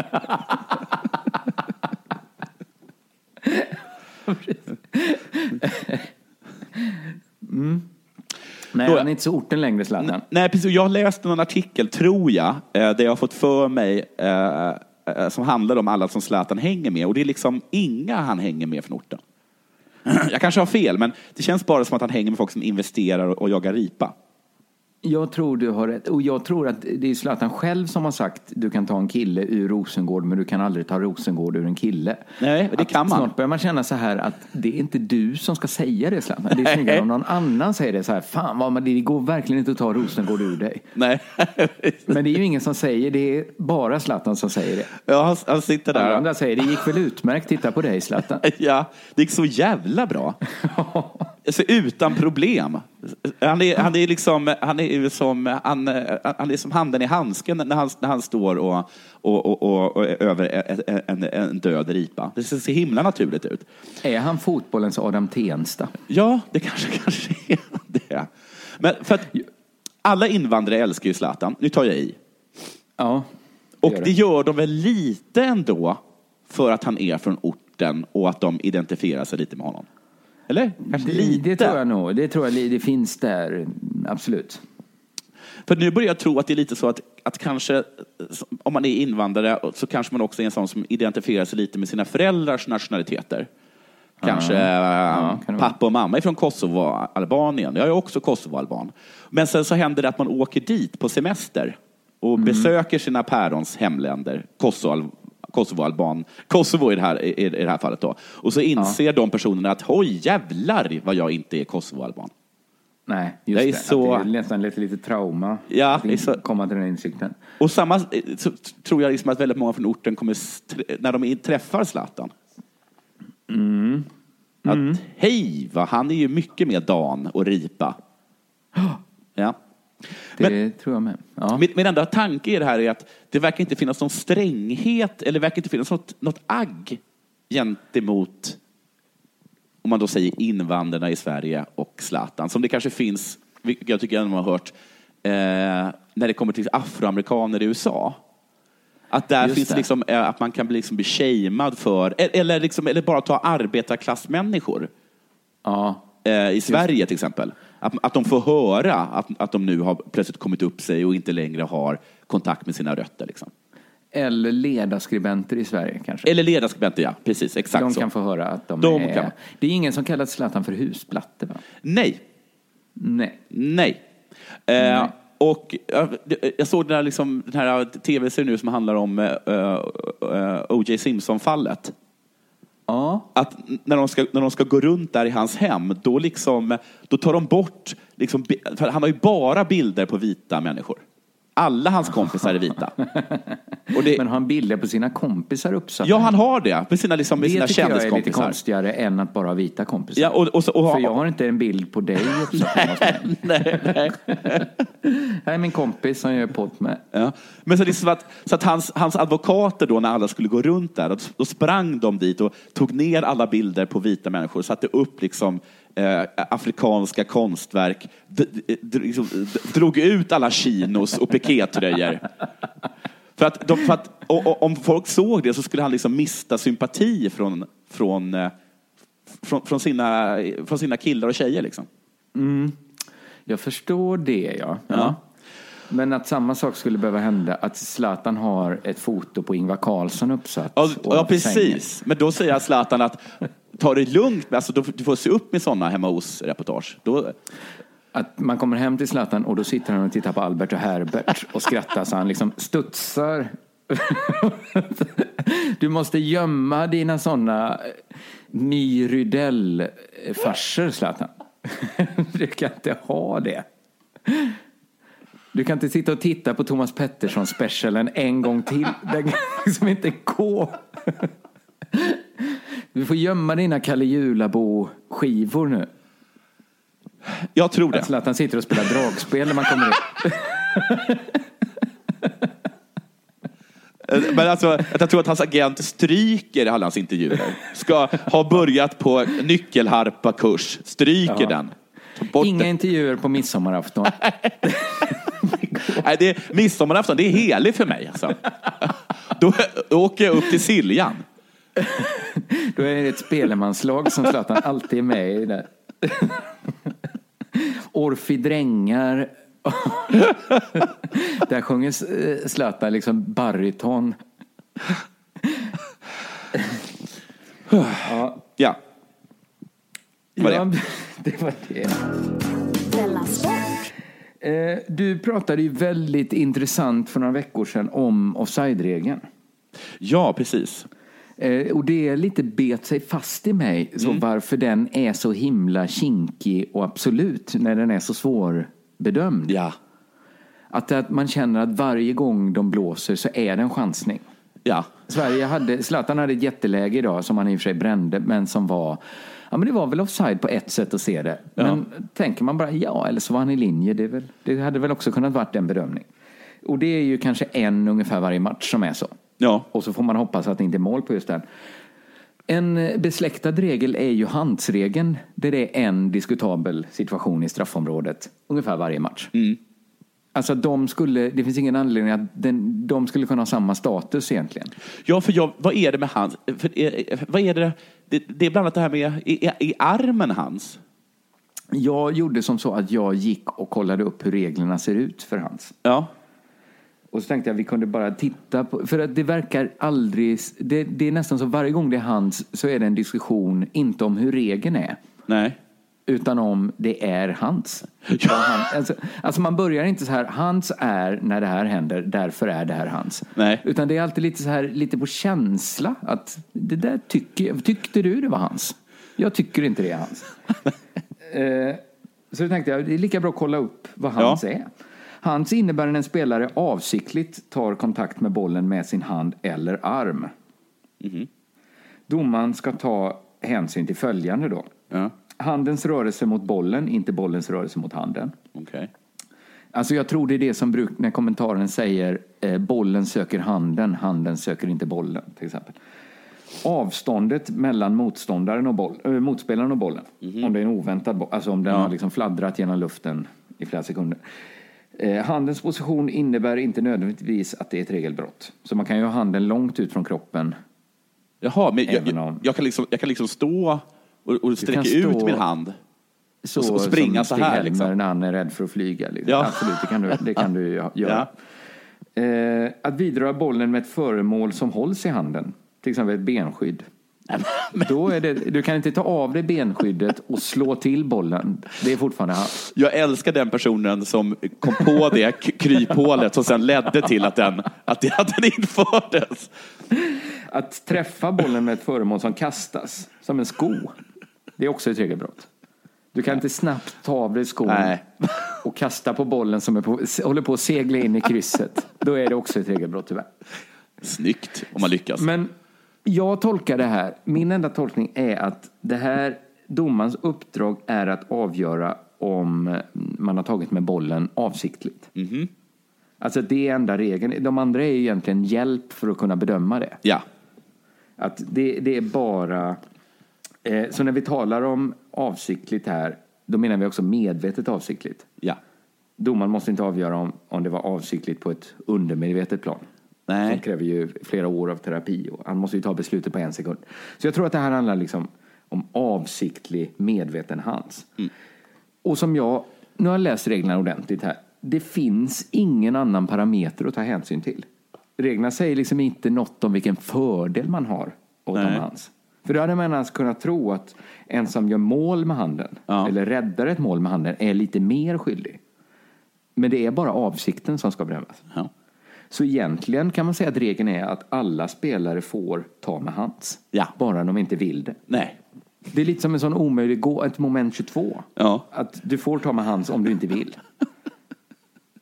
Nej, han är inte så orten längre, Zlatan. Nej, precis. Jag läste någon artikel, tror jag, där jag har fått för mig som handlar om alla som Zlatan hänger med. Och det är liksom inga han hänger med från orten. Jag kanske har fel, men det känns bara som att han hänger med folk som investerar och jagar ripa. Jag tror du har rätt. Och jag tror att det är Zlatan själv som har sagt du kan ta en kille ur Rosengård, men du kan aldrig ta Rosengård ur en kille. Nej, det kan man. Snart börjar man känna så här att det är inte du som ska säga det, Zlatan. Det är snyggare om någon annan säger det så här. Fan, det går verkligen inte att ta Rosengård ur dig. Nej. Men det är ju ingen som säger det. Är bara Zlatan som säger det. Ja, han sitter där. Alla andra säger det gick väl utmärkt. Titta på dig, Zlatan. Ja, det gick så jävla bra. Alltså, utan problem. Han är som handen i handsken när han står och över en död ripa. Det ser så himla naturligt ut. Är han fotbollens Adam Tensta? Ja, det kanske är det. Men för att alla invandrare älskar ju Zlatan. Nu tar jag i. Ja. Och det gör de väl lite ändå för att han är från orten och att de identifierar sig lite med honom. Eller? Det tror jag nog. Det tror jag det finns där. Absolut. För nu börjar jag tro att det är lite så att kanske om man är invandrare så kanske man också är en sån som identifierar sig lite med sina föräldrars nationaliteter. Kanske pappa och mamma är från Kosovo, Albanien. Jag är också Kosovo-alban. Men sen så händer det att man åker dit på semester och besöker sina pärons hemländer. Kosovo i det här fallet då. Och så inser de personerna att oj jävlar vad jag inte är Kosovo-alban. Nej, just det. Så... Att det är nästan lite trauma. Ja, att komma till den insikten. Och samma så tror jag liksom att väldigt många från orten kommer när de träffar Zlatan. Att hej, han är ju mycket mer Dan och ripa. Ja. Det tror jag med. Ja. Min enda tanke i det här är att det verkar inte finnas någon stränghet eller verkar inte finnas något agg gentemot, om man då säger invandrarna i Sverige och Zlatan, som det kanske finns, vilket jag tycker jag har hört när det kommer till afroamerikaner i USA. Att där just finns liksom, att man kan bli shamed för eller bara ta arbetarklassmänniskor. Ja. I Sverige till exempel. Att de får höra att de nu har plötsligt kommit upp sig och inte längre har kontakt med sina rötter. Liksom. Eller ledarskribenter i Sverige kanske. Eller ledarskribenter, ja. Precis, exakt de så. De kan få höra att de är... Det är ingen som kallar Zlatan för husplatte, va? Nej. Och jag såg den här tv-serien nu som handlar om O.J. Simpson-fallet. Ja. Att när de ska gå runt där i hans hem, då tar de bort för han har ju bara bilder på vita människor. Alla hans kompisar är vita. Men har han bilder på sina kompisar uppsatta? Ja, han har det. Med sina kändiskompisar. Det tycker jag är lite konstigare än att bara ha vita kompisar. Ja, för jag har inte en bild på dig uppsatt. Nej. Här är min kompis som jag är podd med. Ja. Men så att hans advokater då, när alla skulle gå runt där, då sprang de dit och tog ner alla bilder på vita människor, satte upp afrikanska konstverk, drog ut alla chinos och pikétröjor. För att om folk såg det så skulle han mista sympati från sina killar och tjejer liksom. Jag förstår det, ja. Men att samma sak skulle behöva hända, att Zlatan har ett foto på Ingvar Carlsson uppsatt. Ja, precis. Men då säger Zlatan att ta det lugnt, alltså du får se upp med sådana hemma hos reportage. Att man kommer hem till Zlatan och då sitter han och tittar på Albert och Herbert och skrattar så han studsar. Du måste gömma dina sådana Myrydell-farser, Zlatan. Du kan inte ha det. Du kan inte sitta och titta på Thomas Pettersson specialen en gång till. Det kan liksom inte gå. Du får gömma dina Kalle Julabo-skivor nu. Jag tror det. Att han sitter och spelar dragspel när man kommer in. Men alltså, jag tror att hans agent stryker alla hans intervjuer. Ska ha börjat på nyckelharpa-kurs. Stryker den. Inga intervjuer på midsommarafton. Nej, midsommarafton, det är heligt för mig. Alltså. Då åker jag upp till Siljan. Då är det ett spelemanslag som Zlatan alltid är med i det. Orfi Drängar. Där sjunger Zlatan liksom bariton. Ja. Det var det. Du pratade ju väldigt intressant för några veckor sedan om offside-regeln. Ja, precis. Och det är lite bet sig fast i mig. Så varför den är så himla kinkig och absolut när den är så svårbedömd. Ja. Att man känner att varje gång de blåser så är det en chansning. Ja. Zlatan hade ett jätteläge idag som han i och för sig brände, men som var... Ja, men det var väl offside på ett sätt att se det. Men tänker man bara, eller så var han i linje. Det hade väl också kunnat varit en bedömning. Och det är ju kanske ungefär varje match som är så. Ja. Och så får man hoppas att det inte är mål på just den. En besläktad regel är ju handsregeln. Där det är en diskutabel situation i straffområdet. Ungefär varje match. Mm. Alltså det finns ingen anledning att de skulle kunna ha samma status egentligen. Ja, vad är det med hans? Vad är det? Det är bland annat det här med i armen hans. Jag gjorde som så att jag gick och kollade upp hur reglerna ser ut för hans. Ja. Och så tänkte jag att vi kunde bara titta på, för att det verkar aldrig, det är nästan så varje gång det är hans så är det en diskussion inte om hur regeln är. Nej. Utan om det är hans. Ja. Alltså man börjar inte så här, hans är när det här händer, därför är det här hans. Nej. Utan det är alltid lite så här, lite på känsla. Att det där tyckte du det var hans? Jag tycker inte det är hans. Så då tänkte jag, det är lika bra att kolla upp vad hans är. Hans innebär när en spelare avsiktligt tar kontakt med bollen med sin hand eller arm. Mm. Domaren ska ta hänsyn till följande då. Ja. Handens rörelse mot bollen, inte bollens rörelse mot handen. Okay. Alltså jag tror det är det som när kommentaren säger bollen söker handen, handen söker inte bollen till exempel. Avståndet mellan motståndaren och motspelaren och bollen. Mm-hmm. Om det är en oväntad boll, alltså om den har liksom fladdrat genom luften i flera sekunder. Handens position innebär inte nödvändigtvis att det är ett regelbrott. Så man kan ju ha handen långt ut från kroppen. Jaha, men jag kan liksom stå och sträcka ut min hand och springa så här liksom. När han är rädd för att flyga liksom. Ja. Absolut, det kan du göra. Ja. Att vidröra bollen med ett föremål som hålls i handen, till exempel ett benskydd. Då är det, du kan inte ta av dig benskyddet och slå till bollen. Det är fortfarande han. Jag älskar den personen som kom på det kryphålet som sen ledde till att den infördes. Att träffa bollen med ett föremål som kastas, som en sko, det är också ett regelbrott. Du kan inte snabbt ta av dig skon och kasta på bollen som håller på att segla in i krysset. Då är det också ett regelbrott tyvärr. Snyggt om man lyckas. Men jag tolkar det här. Min enda tolkning är att det här domarens uppdrag är att avgöra om man har tagit med bollen avsiktligt. Mm-hmm. Alltså det är enda regeln. De andra är egentligen hjälp för att kunna bedöma det. Ja. Att det är bara... Så när vi talar om avsiktligt här, då menar vi också medvetet avsiktligt. Ja. Domaren måste inte avgöra om det var avsiktligt på ett undermedvetet plan. Nej. Det kräver ju flera år av terapi och han måste ju ta beslutet på 1 sekund. Så jag tror att det här handlar liksom om avsiktlig medveten hands. Mm. Och som nu har jag läst reglerna ordentligt här. Det finns ingen annan parameter att ta hänsyn till. Reglerna säger liksom inte något om vilken fördel man har av hands. För då hade man annars kunnat tro att en som gör mål med handen eller räddar ett mål med handen är lite mer skyldig. Men det är bara avsikten som ska bedömas. Ja. Så egentligen kan man säga att regeln är att alla spelare får ta med hands. Ja. Bara de inte vill det. Nej. Det är lite som en sån omöjlig ett moment 22. Ja. Att du får ta med hands om du inte vill.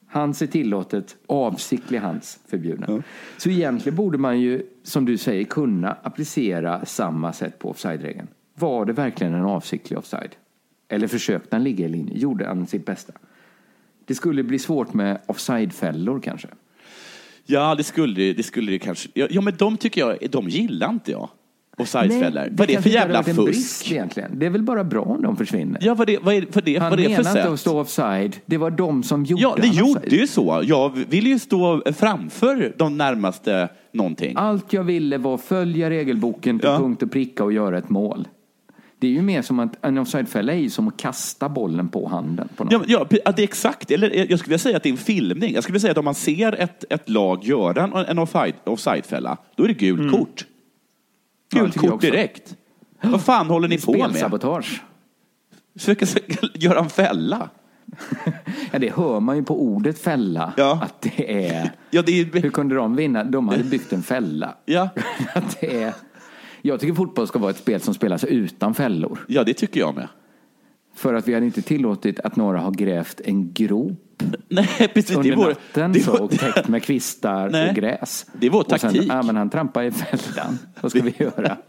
Hands är tillåtet, avsiktlig hands förbjuden. Så egentligen borde man ju, som du säger, kunna applicera samma sätt på offside-regeln. Var det verkligen en avsiktlig offside? Eller försökte han ligga i linje? Gjorde han sitt bästa? Det skulle bli svårt med offside-fällor kanske. Ja, det skulle det kanske. Ja, men de tycker jag, de gillar inte jag. Offside-fällor. Vad är det för jävla fusk? Egentligen. Det är väl bara bra om de försvinner. Ja, vad är det för sätt? Han menade inte att stå offside. Det var de som gjorde. Ja, det gjorde ju så. Jag ville ju stå framför de närmaste någonting. Allt jag ville var följa regelboken till punkt och pricka och göra ett mål. Det är ju mer som att en offside-fälla är som att kasta bollen på handen. På någon. Ja, det är exakt. Eller jag skulle säga att det är en filmning. Jag skulle säga att om man ser ett lag göra en offside-fälla, då är det gult kort. Gult kort direkt. Vad fan håller ni på med? Spelsabotage. Försöker göra en fälla. Ja, det hör man ju på ordet fälla. Ja. Att det är... Ja, det är... Hur kunde de vinna? De hade byggt en fälla. Ja. Att det är... Jag tycker fotboll ska vara ett spel som spelas utan fällor. Ja, det tycker jag med. För att vi hade inte tillåtit att några har grävt en grop. Nej, precis. Under natten och täckt med kvistar och gräs. Det var taktik. Sen, men han trampar i fällan. Vad ska vi göra?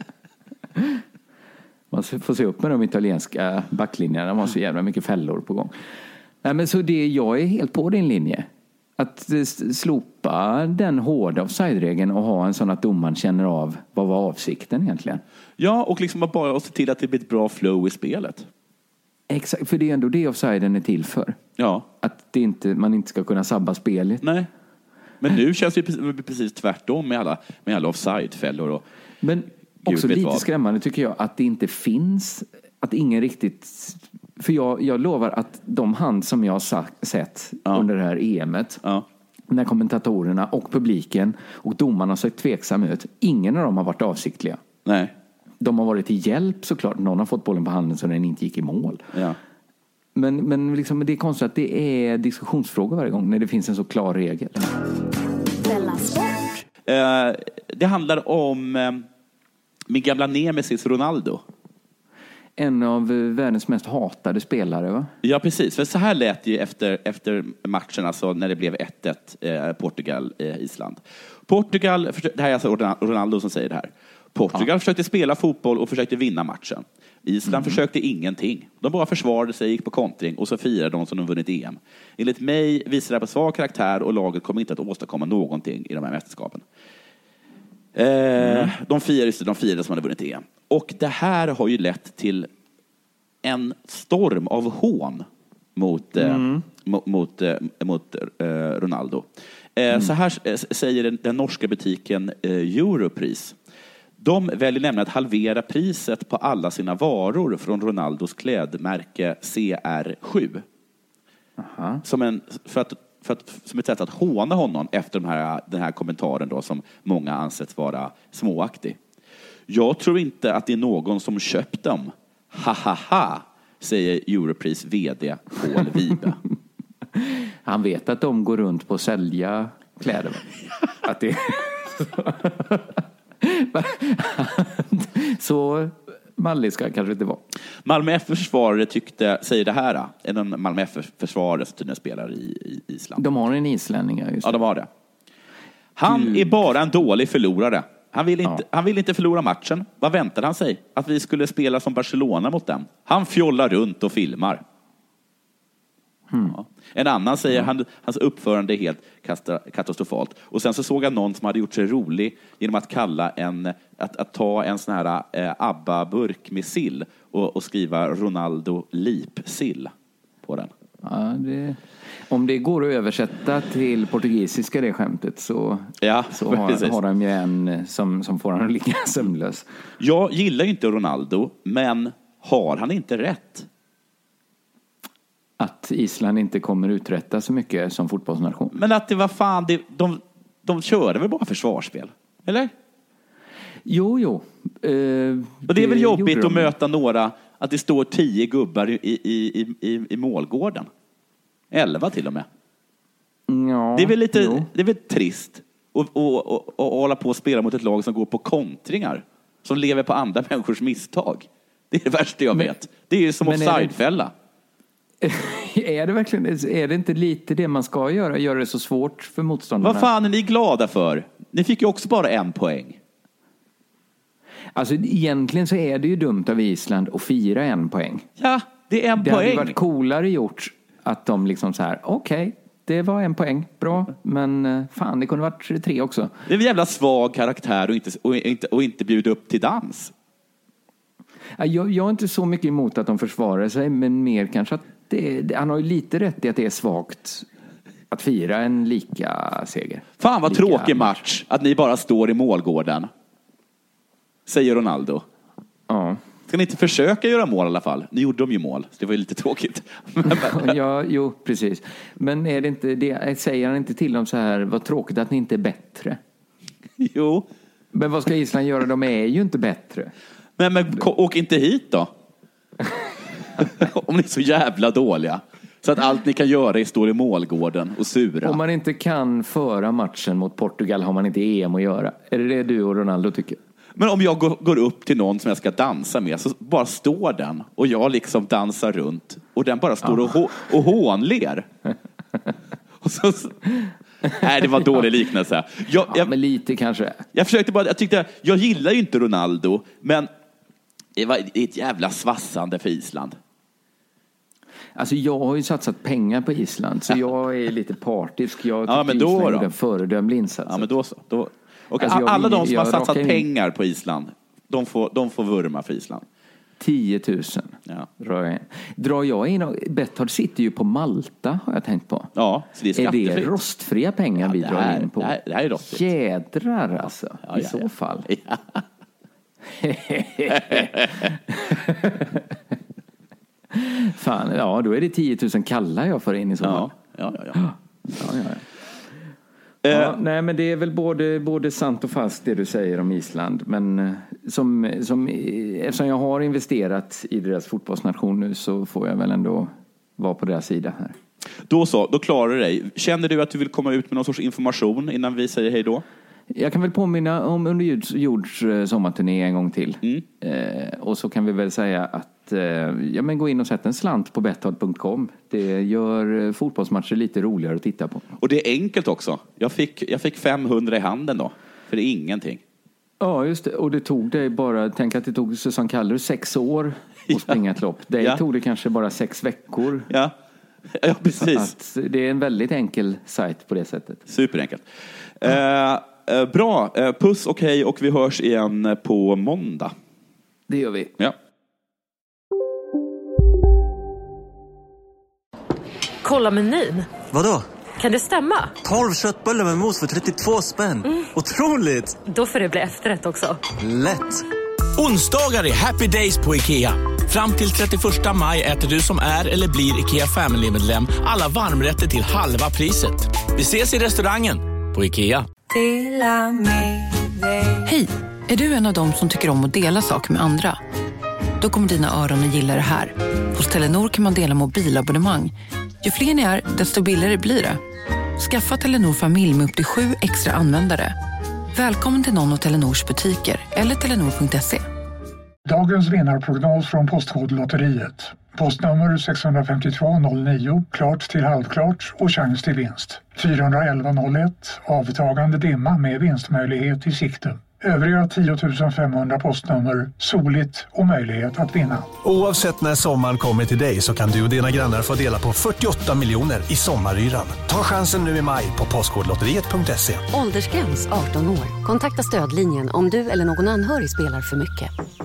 Man får se upp med de italienska backlinjerna. De har så jävla mycket fällor på gång. Nej, men så jag är helt på din linje. Att slopa den hårda offside-regeln och ha en sån att domaren känner av vad var avsikten egentligen. Ja, och liksom bara se till att det blir ett bra flow i spelet. Exakt, för det är ändå det offsiden är till för. Ja. Att man inte ska kunna sabba spelet. Nej. Men nu känns det precis tvärtom med alla offside-fällor. Men också lite skrämmande tycker jag att det inte finns, att ingen riktigt... För jag lovar att de hand som jag har sett under det här EMet, när kommentatorerna och publiken och domarna har sett tveksam ut, ingen av dem har varit avsiktliga. Nej. De har varit till hjälp såklart. Någon har fått bollen på handen så den inte gick i mål. Ja. Men liksom, det är konstigt att det är diskussionsfrågor varje gång när det finns en så klar regel. Det handlar om min gamla nemesis Ronaldo. En av världens mest hatade spelare, va? Ja, precis. För så här lät det ju efter matchen, alltså när det blev 1-1 Portugal-Island. Portugal, det här är alltså Ronaldo som säger det här. Portugal försökte spela fotboll och försökte vinna matchen. Island försökte ingenting. De bara försvarade sig, gick på kontring och så firade de som de vunnit EM. Enligt mig visar det på svag karaktär och laget kommer inte att åstadkomma någonting i de här mästerskapen. De firade som hade vunnit EM. Och det här har ju lett till en storm av hån mot Ronaldo. Så här säger den norska butiken Europris. De väljer nämligen att halvera priset på alla sina varor från Ronaldos klädmärke CR7. Som ett sätt att håna honom efter den här kommentaren då, som många ansett vara småaktig. Jag tror inte att det är någon som köpt dem. Ha, säger Europris vd Paul Wibe. Han vet att de går runt på att sälja kläder. Att det... Så mallig ska kanske inte vara. Malmö FF-försvarare säger det här. En Malmö FF-försvarare som tydligen spelar i Island. De har en islänning. Ja, de har det. Han är bara en dålig förlorare. Han vill inte förlora matchen. Vad väntade han sig? Att vi skulle spela som Barcelona mot dem. Han fjollar runt och filmar. Ja. En annan säger hans uppförande är helt katastrofalt. Och sen så såg jag någon som hade gjort sig rolig genom att kalla att ta en sån här ABBA-burk med sill och skriva Ronaldo Lip-sill på den. Ja, om det går att översätta till portugisiska det skämtet så har de ju en som får han ligga sömnlös. Jag gillar ju inte Ronaldo, men har han inte rätt? Att Island inte kommer uträtta så mycket som fotbollsnation. Men att det var fan, de körde väl bara försvarsspel, eller? Jo. Och det är väl jobbigt att möta några, att det står 10 gubbar i målgården. 11 till och med. Ja, det är väl trist att hålla på och spela mot ett lag som går på kontringar, som lever på andra människors misstag. Det är det värsta jag vet. Det är ju som offside-fälla. Är det verkligen, är det inte lite det man ska göra? Göra det så svårt för motståndarna? Vad fan är ni glada för? Ni fick ju också bara 1 poäng. Alltså egentligen så är det ju dumt av Island att fira 1 poäng. Ja, det är 1 poäng. Det hade varit coolare gjort att de liksom så här, okej, det var 1 poäng, bra, men fan, det kunde varit 3 också. Det är en jävla svag karaktär och inte bjuda upp till dans. Jag är inte så mycket emot att de försvarar sig, men mer kanske att han har ju lite rätt i att det är svagt att fira en lika seger. Fan vad tråkig match att ni bara står i målgården, säger Ronaldo. Ja. Ska ni inte försöka göra mål i alla fall? Ni gjorde de ju mål, så det var ju lite tråkigt. Ja, jo, precis. Men är det inte det, säger han inte till dem så här, vad tråkigt att ni inte är bättre? Jo. Men vad ska Island göra? De är ju inte bättre. Men åk inte hit då. Om ni är så jävla dåliga. Så att allt ni kan göra är stå i målgården och sura. Om man inte kan föra matchen mot Portugal har man inte EM att göra. Är det du och Ronaldo tycker? Men om jag går upp till någon som jag ska dansa med, så bara står den och jag liksom dansar runt och den bara står och hånler. Och så... Nej, det var dålig liknelse. Men lite kanske. Jag gillar ju inte Ronaldo, men det var ett jävla svassande för Island. Alltså jag har ju satsat pengar på Island, så jag är lite partisk. Jag tycker Island är en föredömlig insats. Ja, men då så. Och alltså alla de som har satsat pengar på Island, de får vurma för Island. 10 000. Ja. Drar jag in, Betthard sitter ju på Malta, har jag tänkt på. Ja, så det är skattefritt. Är det rostfria pengar vi drar in på? Det här är rostfritt. Jädrar alltså, i så fall. Ja. Fan, ja, då är det 10 000 kallar jag för in i så fall. Ja. Ja, nej, men det är väl både sant och fast det du säger om Island, men eftersom jag har investerat i deras fotbollsnation nu, så får jag väl ändå vara på deras sida här. Då klarar du dig. Känner du att du vill komma ut med någon sorts information innan vi säger hej då? Jag kan väl påminna om Underjords sommarturné en gång till. Och så kan vi väl säga att gå in och sätta en slant på betthard.com. Det gör fotbollsmatcher lite roligare att titta på. Och det är enkelt också. Jag fick 500 i handen då. För det är ingenting. Ja, just det. Och det tog dig bara, tänk att det tog Susanne Kaller 6 år att springa ett lopp. Det tog det kanske bara 6 veckor. Ja, precis. Att det är en väldigt enkel sajt på det sättet. Superenkelt. Bra, puss och hej, och vi hörs igen på måndag. Det gör vi. Ja. Kolla menyn. Vadå? Kan det stämma? 12 köttbullar med mos för 32 spänn. Otroligt! Då får det bli efterrätt också. Lätt! Onsdagar är happy days på IKEA. Fram till 31 maj äter du som är eller blir IKEA Family-medlem alla varmrätter till halva priset. Vi ses i restaurangen på IKEA. Hej, är du en av dem som tycker om att dela saker med andra? Då kommer dina öron att gilla det här. Hos Telenor kan man dela mobilabonnemang. Ju fler ni är, desto billigare blir det. Skaffa Telenor familj med upp till 7 extra användare. Välkommen till någon av Telenors butiker eller telenor.se. Dagens vinnarprognos från Postkodlotteriet. Postnummer 65209, klart till halvklart och chans till vinst. 41101, avtagande dimma med vinstmöjlighet i sikte. Övriga 10 500 postnummer, soligt och möjlighet att vinna. Oavsett när sommaren kommer till dig så kan du och dina grannar få dela på 48 miljoner i sommaryran. Ta chansen nu i maj på postkodlotteriet.se. Åldersgräns 18 år. Kontakta stödlinjen om du eller någon anhörig spelar för mycket.